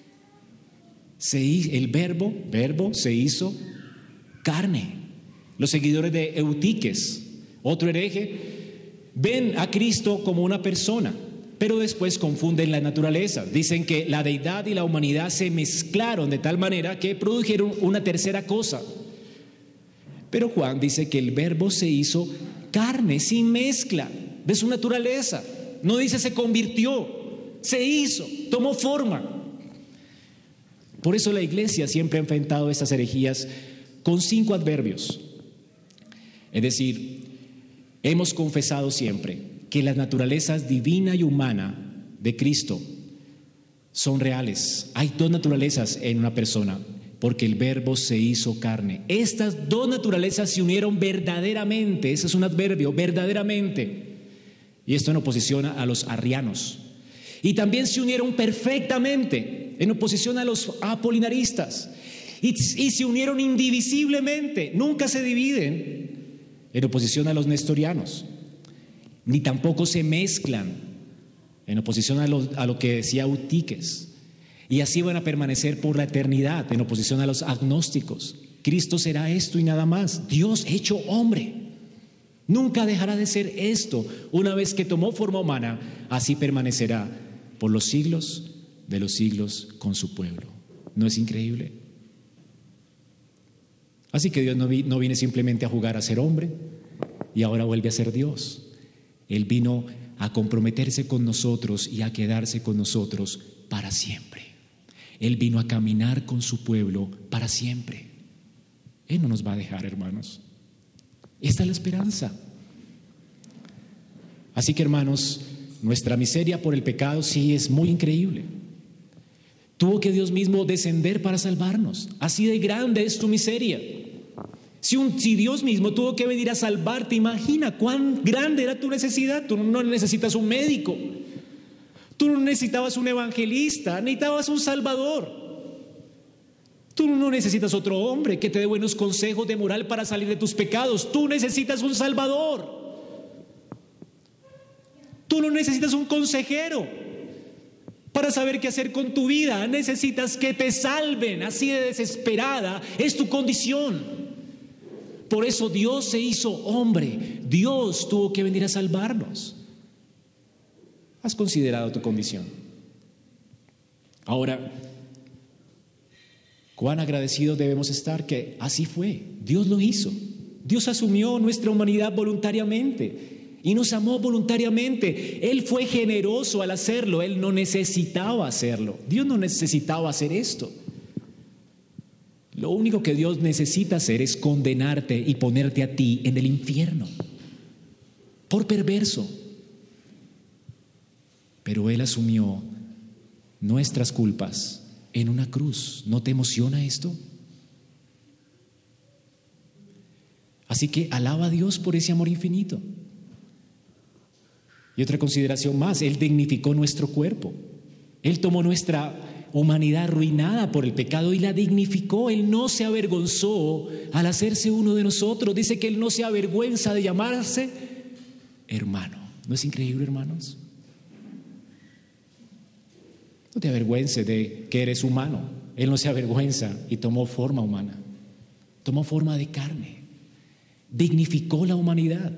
Se, el verbo, verbo se hizo carne. Los seguidores de Eutiques, otro hereje, ven a Cristo como una persona, pero después confunden la naturaleza. Dicen que la deidad y la humanidad se mezclaron de tal manera que produjeron una tercera cosa. Pero Juan dice que el Verbo se hizo carne, sin mezcla de su naturaleza. No dice se convirtió, se hizo, tomó forma. Por eso la iglesia siempre ha enfrentado estas herejías con cinco adverbios. Es decir, hemos confesado siempre que las naturalezas divina y humana de Cristo son reales. Hay dos naturalezas en una persona, porque el Verbo se hizo carne. Estas dos naturalezas se unieron verdaderamente. Ese es un adverbio, verdaderamente. Y esto en oposición a los arrianos. Y también se unieron perfectamente en oposición a los apolinaristas. Y, y se unieron indivisiblemente, nunca se dividen, en oposición a los nestorianos. Ni tampoco se mezclan, en oposición a lo, a lo que decía Eutiques. Y así van a permanecer por la eternidad, en oposición a los agnósticos. Cristo será esto y nada más, Dios hecho hombre. Nunca dejará de ser esto. Una vez que tomó forma humana, así permanecerá por los siglos de los siglos con su pueblo. ¿No es increíble? Así que Dios no, vi, no viene simplemente a jugar a ser hombre y ahora vuelve a ser Dios. Él vino a comprometerse con nosotros y a quedarse con nosotros para siempre. Él vino a caminar con su pueblo para siempre. Él no nos va a dejar, hermanos. Esta es la esperanza. Así que, hermanos, nuestra miseria por el pecado sí es muy increíble. Tuvo que Dios mismo descender para salvarnos. Así de grande es tu miseria. Si, un, si Dios mismo tuvo que venir a salvarte, imagina cuán grande era tu necesidad. Tú no necesitas un médico, tú no necesitabas un evangelista, necesitabas un salvador. Tú no necesitas otro hombre que te dé buenos consejos de moral para salir de tus pecados. Tú necesitas un salvador. Tú no necesitas un consejero para saber qué hacer con tu vida. Necesitas que te salven. Así de desesperada es tu condición. Por eso Dios se hizo hombre. Dios tuvo que venir a salvarnos. ¿Has considerado tu condición? Ahora, cuán agradecidos debemos estar que así fue. Dios lo hizo. Dios asumió nuestra humanidad voluntariamente y nos amó voluntariamente. Él fue generoso al hacerlo. Él no necesitaba hacerlo. Dios no necesitaba hacer esto. Lo único que Dios necesita hacer es condenarte y ponerte a ti en el infierno por perverso. Pero Él asumió nuestras culpas en una cruz. ¿No te emociona esto? Así que alaba a Dios por ese amor infinito. Y otra consideración más, Él dignificó nuestro cuerpo. Él tomó nuestra humanidad arruinada por el pecado y la dignificó. Él no se avergonzó al hacerse uno de nosotros. Dice que Él no se avergüenza de llamarse hermano. ¿No es increíble, hermanos? No te avergüences de que eres humano. Él no se avergüenza y tomó forma humana. Tomó forma de carne. Dignificó la humanidad.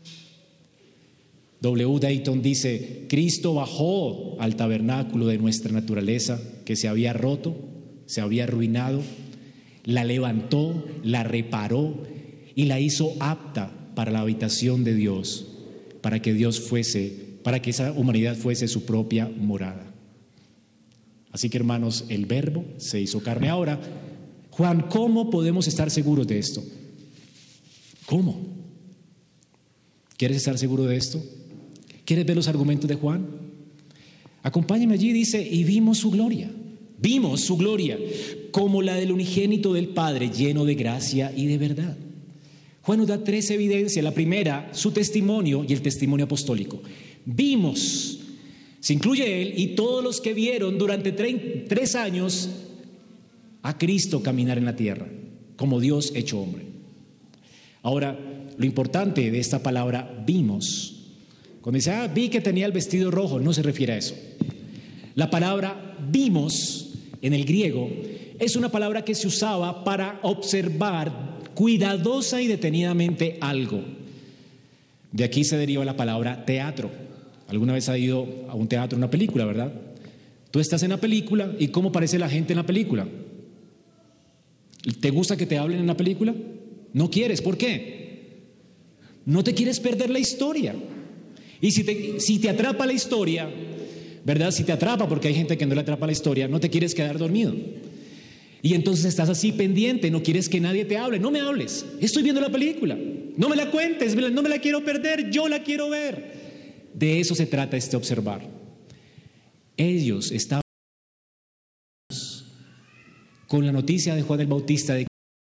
W. Dayton dice: Cristo bajó al tabernáculo de nuestra naturaleza que se había roto, se había arruinado, la levantó, la reparó y la hizo apta para la habitación de Dios, para que Dios fuese, para que esa humanidad fuese su propia morada. Así que, hermanos, el Verbo se hizo carne. Ahora, Juan, ¿cómo podemos estar seguros de esto? ¿Cómo? ¿Quieres estar seguro de esto? ¿Quieres ver los argumentos de Juan? Acompáñame allí, dice: y vimos su gloria. Vimos su gloria como la del unigénito del Padre, lleno de gracia y de verdad. Juan nos da tres evidencias. La primera, su testimonio y el testimonio apostólico. Vimos, se incluye él y todos los que vieron durante tre- tres años a Cristo caminar en la tierra, como Dios hecho hombre. Ahora, lo importante de esta palabra vimos, cuando dice, ah, vi que tenía el vestido rojo, no se refiere a eso. La palabra vimos en el griego es una palabra que se usaba para observar cuidadosa y detenidamente algo. De aquí se deriva la palabra teatro. ¿Alguna vez has ido a un teatro, una película, verdad? Tú estás en la película y ¿cómo parece la gente en la película? ¿Te gusta que te hablen en la película? No quieres, ¿por qué? No te quieres perder la historia. Y si te, si te atrapa la historia, ¿verdad? Si te atrapa, porque hay gente que no le atrapa la historia, no te quieres quedar dormido. Y entonces estás así pendiente, no quieres que nadie te hable. No me hables, estoy viendo la película. No me la cuentes, no me la quiero perder, yo la quiero ver. De eso se trata este observar. Ellos estaban con la noticia de Juan el Bautista de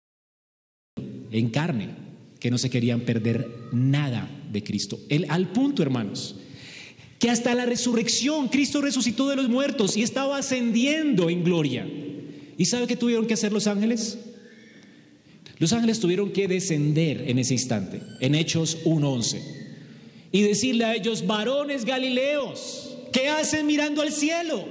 en carne, que no se querían perder nada de Cristo. El, al punto, hermanos, que hasta la resurrección, Cristo resucitó de los muertos y estaba ascendiendo en gloria. ¿Y sabe qué tuvieron que hacer los ángeles? Los ángeles tuvieron que descender en ese instante, en Hechos uno once, y decirle a ellos: varones galileos, ¿qué hacen mirando al cielo?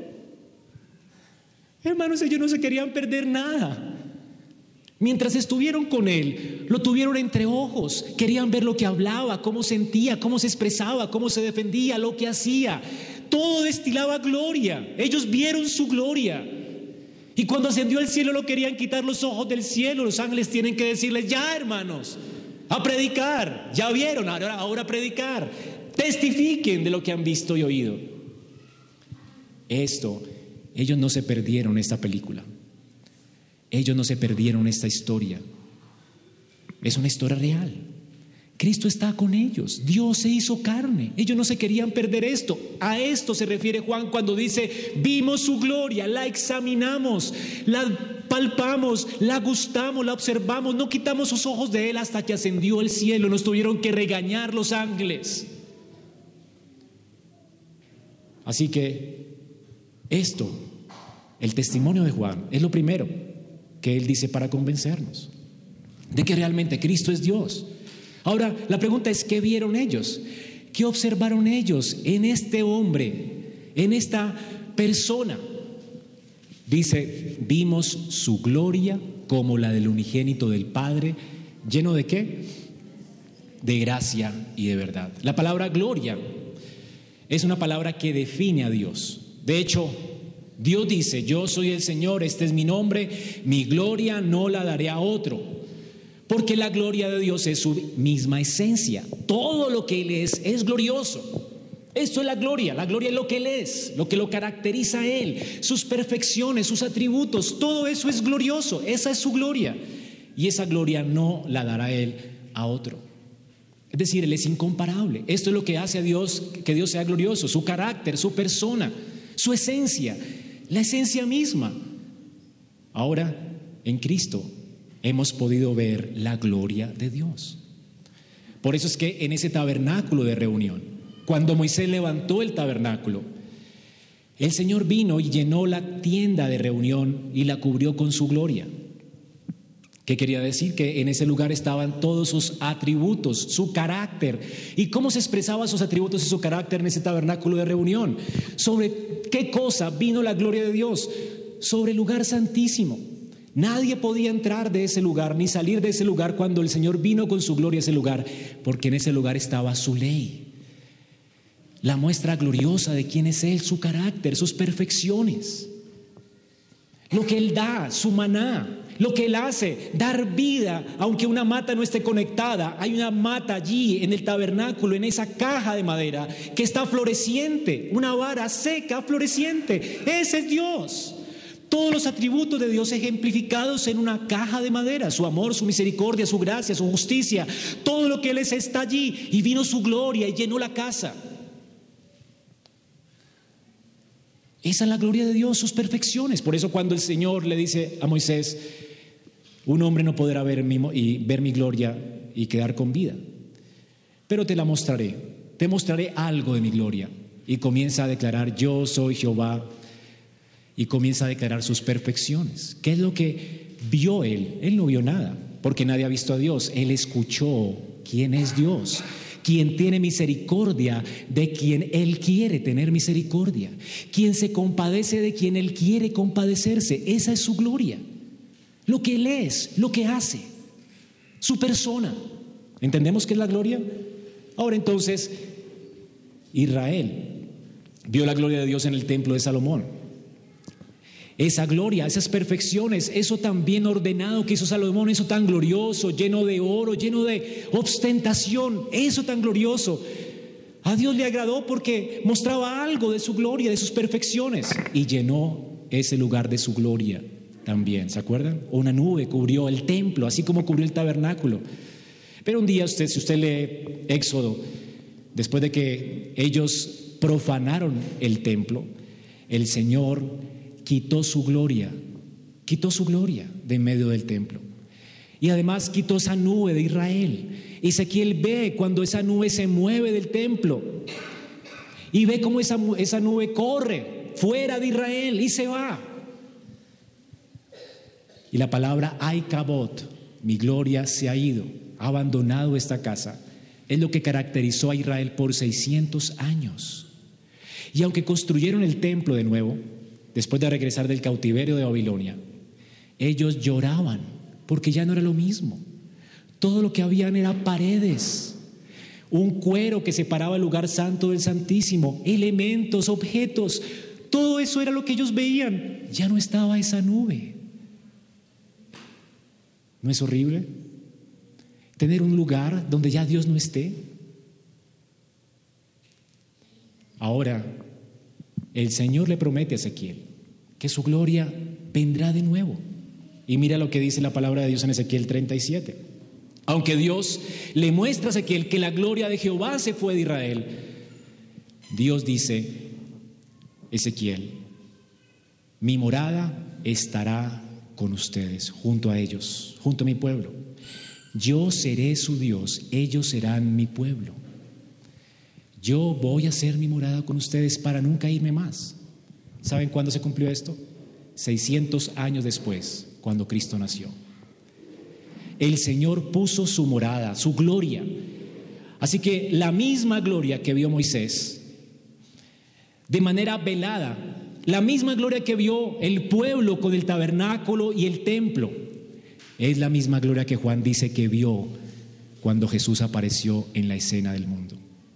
Hermanos, ellos no se querían perder nada. Mientras estuvieron con él, lo tuvieron entre ojos, querían ver lo que hablaba, cómo sentía, cómo se expresaba, cómo se defendía, lo que hacía. Todo destilaba gloria. Ellos vieron su gloria. Y cuando ascendió al cielo lo querían quitar los ojos del cielo. Los ángeles tienen que decirles: ya, hermanos, a predicar. Ya vieron, ahora, ahora a predicar. Testifiquen de lo que han visto y oído. Esto, ellos no se perdieron esta película. Ellos no se perdieron esta historia. Es una historia real. Cristo está con ellos. Dios se hizo carne. Ellos no se querían perder esto. A esto se refiere Juan cuando dice: vimos su gloria, la examinamos, la palpamos, la gustamos, la observamos, no quitamos sus ojos de él hasta que ascendió al cielo. Nos tuvieron que regañar los ángeles. Así que esto, el testimonio de Juan, es lo primero que él dice para convencernos de que realmente Cristo es Dios. Ahora, la pregunta es: ¿qué vieron ellos? ¿Qué observaron ellos en este hombre, en esta persona? Dice: vimos su gloria como la del unigénito del Padre, lleno de ¿qué? De gracia y de verdad. La palabra gloria es una palabra que define a Dios. De hecho, Dios dice: yo soy el Señor, este es mi nombre, mi gloria no la daré a otro. Porque la gloria de Dios es su misma esencia. Todo lo que Él es, es glorioso. Esto es la gloria. La gloria es lo que Él es, lo que lo caracteriza a Él, sus perfecciones, sus atributos. Todo eso es glorioso. Esa es su gloria. Y esa gloria no la dará Él a otro. Es decir, Él es incomparable. Esto es lo que hace a Dios, que Dios sea glorioso. Su carácter, su persona, su esencia, la esencia misma. Ahora, en Cristo hemos podido ver la gloria de Dios. Por eso es que en ese tabernáculo de reunión, cuando Moisés levantó el tabernáculo, el Señor vino y llenó la tienda de reunión y la cubrió con su gloria. ¿Qué quería decir? Que en ese lugar estaban todos sus atributos, su carácter. ¿Y cómo se expresaban sus atributos y su carácter en ese tabernáculo de reunión? ¿Sobre qué cosa vino la gloria de Dios? Sobre el lugar santísimo. Nadie podía entrar de ese lugar ni salir de ese lugar cuando el Señor vino con su gloria a ese lugar, porque en ese lugar estaba su ley, la muestra gloriosa de quién es Él, su carácter, sus perfecciones, lo que Él da, su maná, lo que Él hace, dar vida. Aunque una mata no esté conectada, hay una mata allí en el tabernáculo, en esa caja de madera que está floreciente, una vara seca floreciente. Ese es Dios. Todos los atributos de Dios ejemplificados en una caja de madera: su amor, su misericordia, su gracia, su justicia. Todo lo que Él es está allí, y vino su gloria y llenó la casa. Esa es la gloria de Dios, sus perfecciones. Por eso cuando el Señor le dice a Moisés: un hombre no podrá ver mi, y ver mi gloria y quedar con vida, pero te la mostraré, te mostraré algo de mi gloria. Y comienza a declarar: yo soy Jehová. Y comienza a declarar sus perfecciones. ¿Qué es lo que vio Él? Él no vio nada, porque nadie ha visto a Dios. Él escuchó quién es Dios, quien tiene misericordia de quien Él quiere tener misericordia, quien se compadece de quien Él quiere compadecerse. Esa es su gloria, lo que Él es, lo que hace, su persona. ¿Entendemos qué es la gloria? Ahora entonces, Israel vio la gloria de Dios en el templo de Salomón. Esa gloria, esas perfecciones, eso tan bien ordenado que hizo Salomón, eso tan glorioso, lleno de oro, lleno de ostentación, eso tan glorioso, a Dios le agradó porque mostraba algo de su gloria, de sus perfecciones, y llenó ese lugar de su gloria también. ¿Se acuerdan? Una nube cubrió el templo, así como cubrió el tabernáculo. Pero un día, usted, si usted lee Éxodo, después de que ellos profanaron el templo, el Señor quitó su gloria, quitó su gloria de en medio del templo. Y además quitó esa nube de Israel. Ezequiel ve cuando esa nube se mueve del templo y ve cómo esa, esa nube corre fuera de Israel y se va. Y la palabra Aikabot, mi gloria se ha ido, ha abandonado esta casa, es lo que caracterizó a Israel por seiscientos años. Y aunque construyeron el templo de nuevo, después de regresar del cautiverio de Babilonia, ellos lloraban porque ya no era lo mismo. Todo lo que habían era paredes, un cuero que separaba el lugar santo del santísimo, elementos, objetos. Todo eso era lo que ellos veían. Ya no estaba esa nube. ¿No es horrible tener un lugar donde ya Dios no esté? Ahora, el Señor le promete a Ezequiel que su gloria vendrá de nuevo. Y mira lo que dice la palabra de Dios en Ezequiel treinta y siete. Aunque Dios le muestra a Ezequiel que la gloria de Jehová se fue de Israel, Dios dice: Ezequiel, mi morada estará con ustedes, junto a ellos, junto a mi pueblo. Yo seré su Dios, ellos serán mi pueblo. Yo voy a hacer mi morada con ustedes para nunca irme más. ¿Saben cuándo se cumplió esto? seiscientos años después, cuando Cristo nació. El Señor puso su morada, su gloria. Así que la misma gloria que vio Moisés de manera velada, la misma gloria que vio el pueblo con el tabernáculo y el templo, es la misma gloria que Juan dice que vio cuando Jesús apareció en la escena del mundo.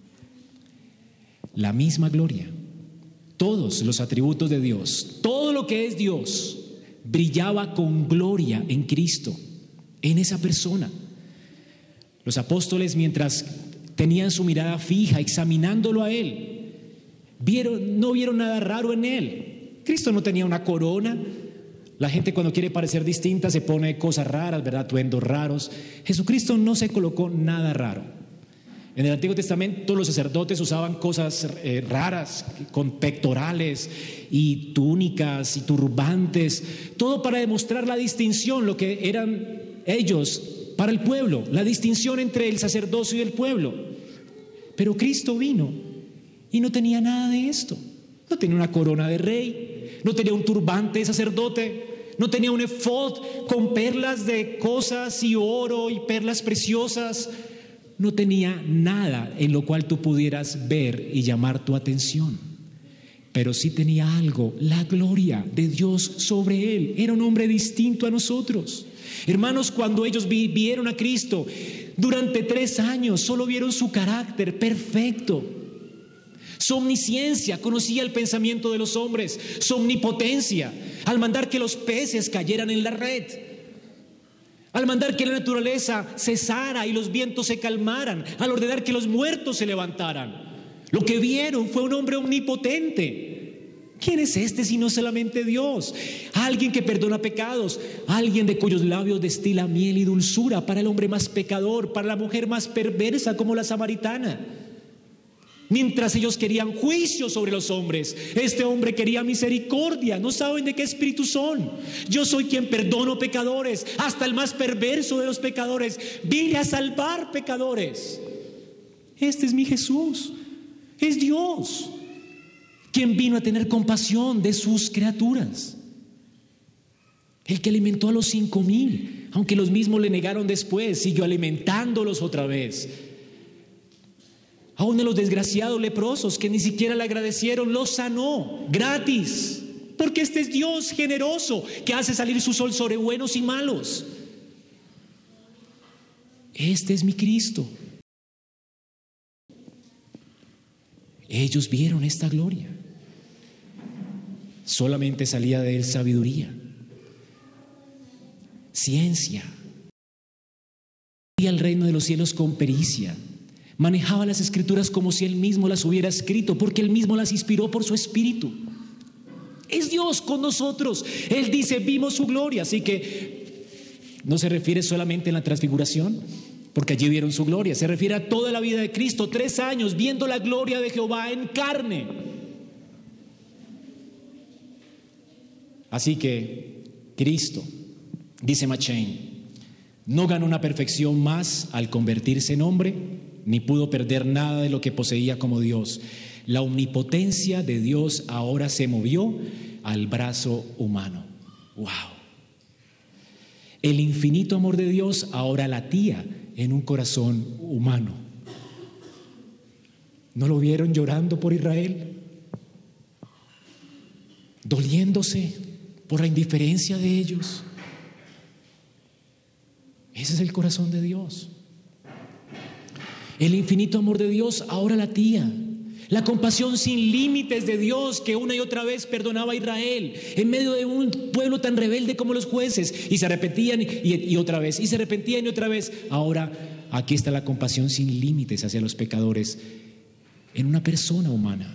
La misma gloria. Todos los atributos de Dios, todo lo que es Dios, brillaba con gloria en Cristo, en esa persona. Los apóstoles, mientras tenían su mirada fija, examinándolo a Él, vieron, no vieron nada raro en Él. Cristo no tenía una corona. La gente, cuando quiere parecer distinta, se pone cosas raras, ¿verdad? Atuendos raros. Jesucristo no se colocó nada raro. En el Antiguo Testamento los sacerdotes usaban cosas eh, raras, con pectorales y túnicas y turbantes, todo para demostrar la distinción, lo que eran ellos para el pueblo, la distinción entre el sacerdocio y el pueblo. Pero Cristo vino y no tenía nada de esto. No tenía una corona de rey, no tenía un turbante de sacerdote, no tenía un efod con perlas de cosas y oro y perlas preciosas. No tenía nada en lo cual tú pudieras ver y llamar tu atención, pero sí tenía algo, la gloria de Dios sobre él. Era un hombre distinto a nosotros. Hermanos, cuando ellos vieron a Cristo durante tres años, solo vieron su carácter perfecto, su omnisciencia, conocía el pensamiento de los hombres, su omnipotencia, al mandar que los peces cayeran en la red, al mandar que la naturaleza cesara y los vientos se calmaran, al ordenar que los muertos se levantaran. Lo que vieron fue un hombre omnipotente. ¿Quién es este sino solamente Dios? Alguien que perdona pecados, alguien de cuyos labios destila miel y dulzura, para el hombre más pecador, para la mujer más perversa como la samaritana. Mientras ellos querían juicio sobre los hombres, este hombre quería misericordia. No saben de qué espíritu son. Yo soy quien perdono pecadores, hasta el más perverso de los pecadores. Vine a salvar pecadores. Este es mi Jesús. Es Dios quien vino a tener compasión de sus criaturas. El que alimentó a los cinco mil, aunque los mismos le negaron después, siguió alimentándolos otra vez. Aún de los desgraciados leprosos que ni siquiera le agradecieron, los sanó gratis, porque este es Dios generoso, que hace salir su sol sobre buenos y malos. Este es mi Cristo. Ellos vieron esta gloria. Solamente salía de él sabiduría, ciencia. Y al reino de los cielos con pericia. Manejaba las escrituras como si él mismo las hubiera escrito, porque él mismo las inspiró por su espíritu. Es Dios con nosotros. Él dice: vimos su gloria. Así que no se refiere solamente en la transfiguración, porque allí vieron su gloria. Se refiere a toda la vida de Cristo, tres años viendo la gloria de Jehová en carne. Así que Cristo, dice McChain, no ganó una perfección más al convertirse en hombre, ni pudo perder nada de lo que poseía como Dios. La omnipotencia de Dios ahora se movió al brazo humano. ¡Wow! El infinito amor de Dios ahora latía en un corazón humano. ¿No lo vieron llorando por Israel? Doliéndose por la indiferencia de ellos. Ese es el corazón de Dios. El infinito amor de Dios ahora latía. La compasión sin límites de Dios, que una y otra vez perdonaba a Israel en medio de un pueblo tan rebelde como los jueces, y se arrepentían y, y otra vez, y se arrepentían y otra vez. Ahora aquí está la compasión sin límites hacia los pecadores en una persona humana.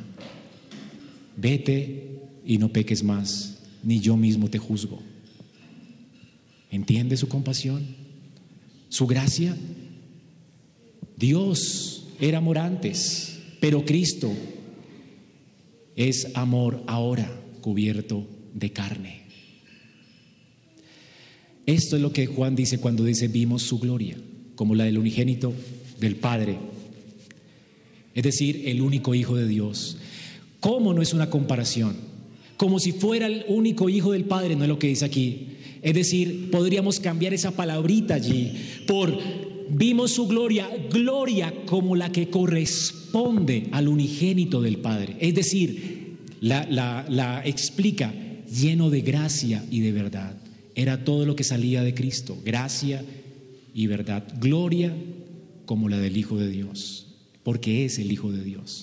Vete y no peques más, ni yo mismo te juzgo. ¿Entiende su compasión? Su gracia. Dios era amor antes, pero Cristo es amor ahora, cubierto de carne. Esto es lo que Juan dice cuando dice vimos su gloria, como la del unigénito del Padre, es decir, el único Hijo de Dios. ¿Cómo no es una comparación? Como si fuera el único Hijo del Padre, no es lo que dice aquí. Es decir, podríamos cambiar esa palabrita allí por vimos su gloria, gloria como la que corresponde al unigénito del Padre. Es decir, la, la, la explica lleno de gracia y de verdad. Era todo lo que salía de Cristo, gracia y verdad. Gloria como la del Hijo de Dios, porque es el Hijo de Dios.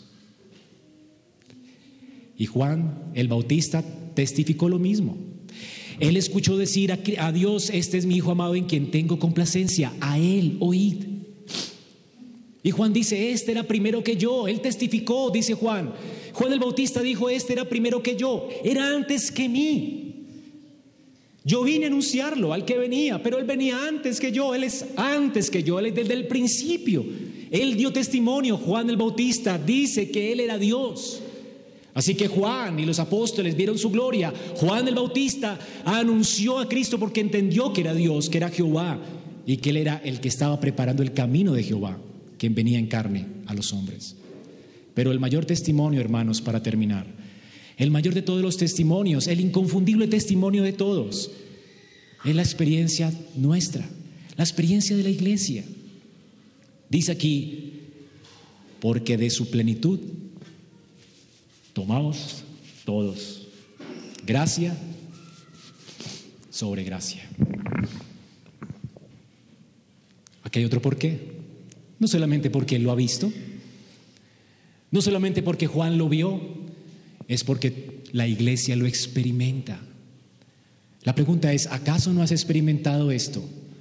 Y Juan el Bautista testificó lo mismo. Él escuchó decir a, a Dios, este es mi Hijo amado en quien tengo complacencia, a Él oíd. Y Juan dice, este era primero que yo. Él testificó, dice Juan. Juan el Bautista dijo, este era primero que yo, era antes que mí. Yo vine a anunciarlo al que venía, pero Él venía antes que yo, Él es antes que yo, Él es desde el principio. Él dio testimonio, Juan el Bautista dice que Él era Dios. Así que Juan y los apóstoles vieron su gloria. Juan el Bautista anunció a Cristo porque entendió que era Dios, que era Jehová y que Él era el que estaba preparando el camino de Jehová, quien venía en carne a los hombres. Pero el mayor testimonio, hermanos, para terminar, el mayor de todos los testimonios, el inconfundible testimonio de todos, es la experiencia nuestra, la experiencia de la iglesia. Dice aquí, porque de su plenitud tomamos todos gracia sobre gracia. Aquí hay otro porqué. No solamente porque Él lo ha visto, no solamente porque Juan lo vio, es porque la iglesia lo experimenta. La pregunta es, ¿acaso no has experimentado esto?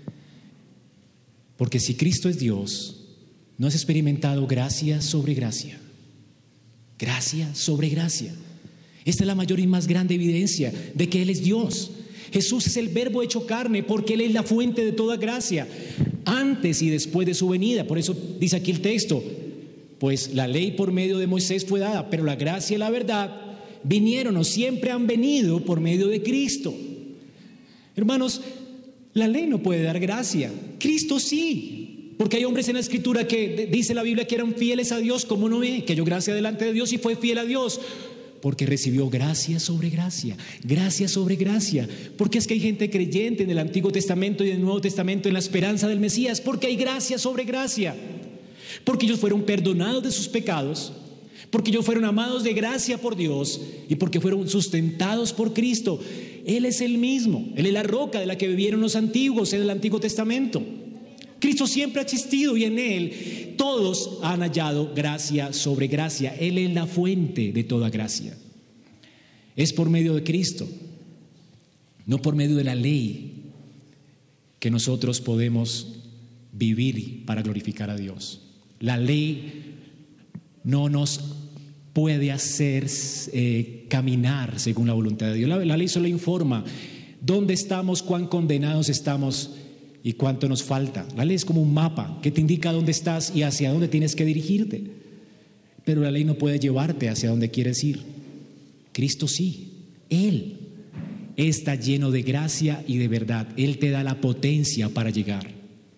Porque si Cristo es Dios, ¿no has experimentado gracia sobre gracia? Gracia sobre gracia. Esta es la mayor y más grande evidencia de que Él es Dios. Jesús es el verbo hecho carne porque Él es la fuente de toda gracia, antes y después de su venida. Por eso dice aquí el texto, pues la ley por medio de Moisés fue dada, pero la gracia y la verdad vinieron o siempre han venido por medio de Cristo. Hermanos, la ley no puede dar gracia, Cristo sí, porque hay hombres en la Escritura que dice la Biblia que eran fieles a Dios como Noé, que halló gracia delante de Dios y fue fiel a Dios, porque recibió gracia sobre gracia, gracia sobre gracia. Porque es que hay gente creyente en el Antiguo Testamento y en el Nuevo Testamento en la esperanza del Mesías, porque hay gracia sobre gracia, porque ellos fueron perdonados de sus pecados, porque ellos fueron amados de gracia por Dios y porque fueron sustentados por Cristo. Él es el mismo, Él es la roca de la que vivieron los antiguos en el Antiguo Testamento. Cristo siempre ha existido y en Él todos han hallado gracia sobre gracia. Él es la fuente de toda gracia. Es por medio de Cristo, no por medio de la ley, que nosotros podemos vivir para glorificar a Dios. La ley no nos puede hacer eh, caminar según la voluntad de Dios. La, la ley solo informa dónde estamos, cuán condenados estamos y cuánto nos falta. La ley es como un mapa que te indica dónde estás y hacia dónde tienes que dirigirte. Pero la ley no puede llevarte hacia donde quieres ir. Cristo sí. Él está lleno de gracia y de verdad. Él te da la potencia para llegar.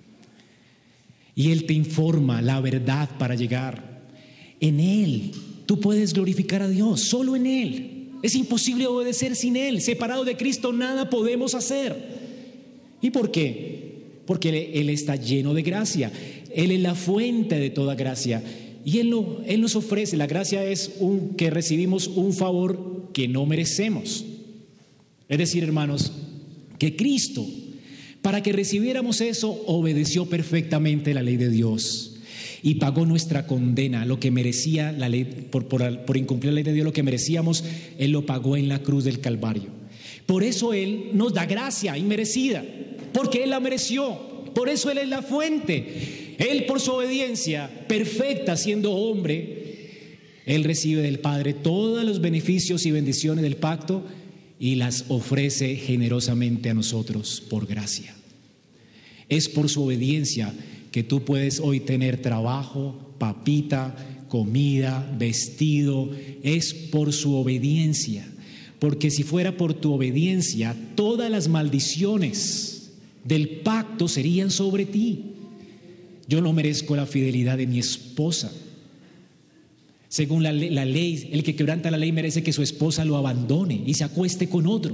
Y Él te informa la verdad para llegar. En Él tú puedes glorificar a Dios, solo en Él. Es imposible obedecer sin Él. Separado de Cristo nada podemos hacer. ¿Y por qué? Porque Él está lleno de gracia. Él es la fuente de toda gracia. Y Él, no, Él nos ofrece, la gracia es un, que recibimos un favor que no merecemos. Es decir, hermanos, que Cristo, para que recibiéramos eso, obedeció perfectamente la ley de Dios y pagó nuestra condena, lo que merecía la ley, por, por, por incumplir la ley de Dios, lo que merecíamos, Él lo pagó en la cruz del Calvario. Por eso Él nos da gracia inmerecida, porque Él la mereció. Por eso Él es la fuente. Él, por su obediencia perfecta, siendo hombre, Él recibe del Padre todos los beneficios y bendiciones del pacto y las ofrece generosamente a nosotros por gracia. Es por su obediencia que tú puedes hoy tener trabajo, papita, comida, vestido. Es por su obediencia. Porque si fuera por tu obediencia, todas las maldiciones del pacto serían sobre ti. Yo no merezco la fidelidad de mi esposa. Según la, la ley, el que quebranta la ley merece que su esposa lo abandone y se acueste con otro.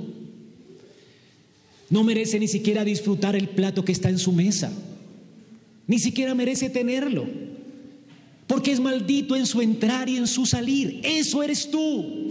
No merece ni siquiera disfrutar el plato que está en su mesa. Ni siquiera merece tenerlo. Porque es maldito en su entrar y en su salir. Eso eres tú.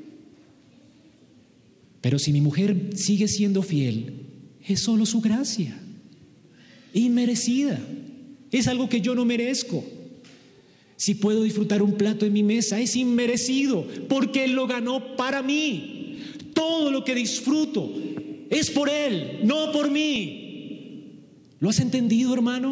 Pero si mi mujer sigue siendo fiel, es solo su gracia. Inmerecida. Es algo que yo no merezco. Si puedo disfrutar un plato en mi mesa, es inmerecido, porque Él lo ganó para mí. Todo lo que disfruto es por Él, no por mí. ¿Lo has entendido, hermano?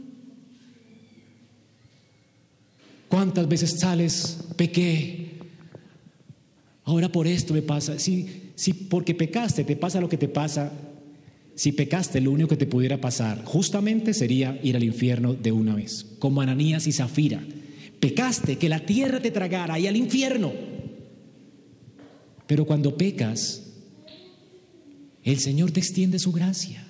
¿Cuántas veces sales, pequé? Ahora por esto me pasa. Si, si porque pecaste te pasa lo que te pasa, si pecaste, lo único que te pudiera pasar justamente sería ir al infierno de una vez, como Ananías y Zafira. Pecaste, que la tierra te tragara y al infierno. Pero cuando pecas, el Señor te extiende su gracia.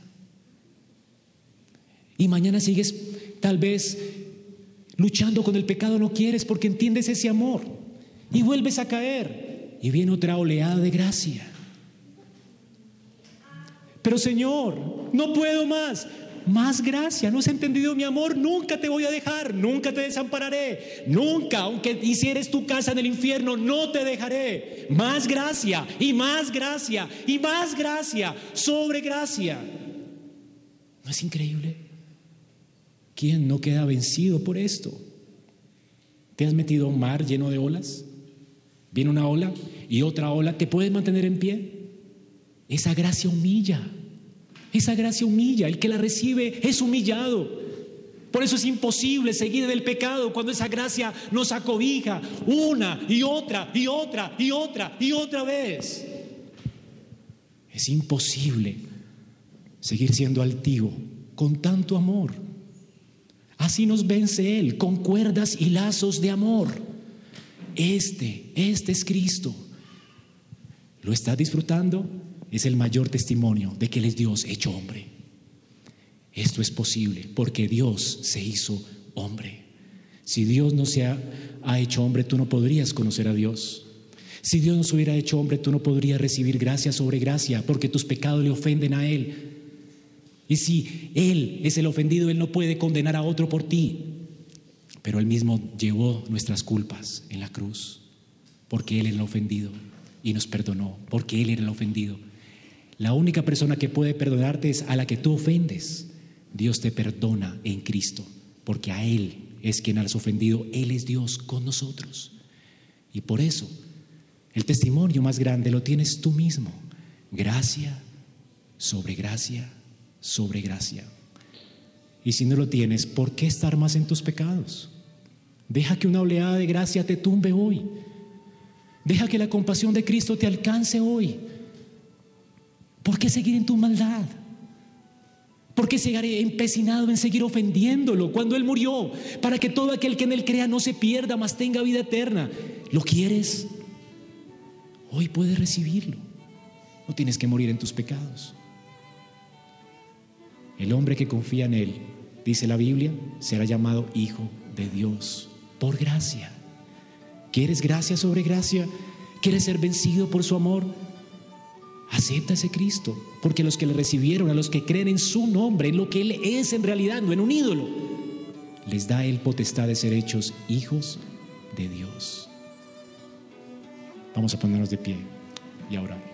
Y mañana sigues tal vez luchando con el pecado, no quieres porque entiendes ese amor. Y vuelves a caer. Y viene otra oleada de gracia. Pero Señor, no puedo más. Más gracia, ¿no has entendido mi amor? Nunca te voy a dejar, nunca te desampararé, nunca, aunque hicieres tu casa en el infierno, no te dejaré. Más gracia y más gracia y más gracia sobre gracia. ¿No es increíble? ¿Quién no queda vencido por esto? ¿Te has metido a un mar lleno de olas? Viene una ola y otra ola, ¿te puedes mantener en pie? Esa gracia humilla. Esa gracia humilla, el que la recibe es humillado. Por eso es imposible seguir del pecado cuando esa gracia nos acobija una y otra y otra y otra y otra vez. Es imposible seguir siendo altivo con tanto amor. Así nos vence Él, con cuerdas y lazos de amor. Este, este es Cristo. ¿Lo estás disfrutando? Es el mayor testimonio de que Él es Dios hecho hombre. Esto es posible porque Dios se hizo hombre. Si Dios no se ha, ha hecho hombre, tú no podrías conocer a Dios. Si Dios no se hubiera hecho hombre, tú no podrías recibir gracia sobre gracia, porque tus pecados le ofenden a Él. Y si Él es el ofendido, Él no puede condenar a otro por ti. Pero Él mismo llevó nuestras culpas en la cruz, porque Él era el ofendido y nos perdonó, porque Él era el ofendido. La única persona que puede perdonarte es a la que tú ofendes. Dios te perdona en Cristo, porque a Él es quien has ofendido. Él es Dios con nosotros. Y por eso, el testimonio más grande lo tienes tú mismo. Gracia sobre gracia sobre gracia. Y si no lo tienes, ¿por qué estar más en tus pecados? Deja que una oleada de gracia te tumbe hoy. Deja que la compasión de Cristo te alcance hoy. ¿Por qué seguir en tu maldad? ¿Por qué seguir empecinado en seguir ofendiéndolo cuando Él murió para que todo aquel que en Él crea no se pierda, mas tenga vida eterna? ¿Lo quieres? Hoy puedes recibirlo. No tienes que morir en tus pecados. El hombre que confía en Él, dice la Biblia, será llamado hijo de Dios por gracia. ¿Quieres gracia sobre gracia? ¿Quieres ser vencido por su amor? Acepta ese Cristo, porque a los que le recibieron, a los que creen en su nombre, en lo que Él es en realidad, no en un ídolo, les da Él potestad de ser hechos hijos de Dios. Vamos a ponernos de pie y a orar.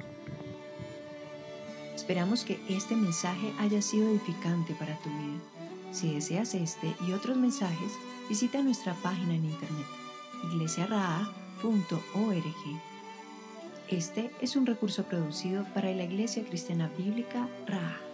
Esperamos que este mensaje haya sido edificante para tu vida. Si deseas este y otros mensajes, visita nuestra página en internet iglesia raa punto org. Este es un recurso producido para la Iglesia Cristiana Bíblica Raha.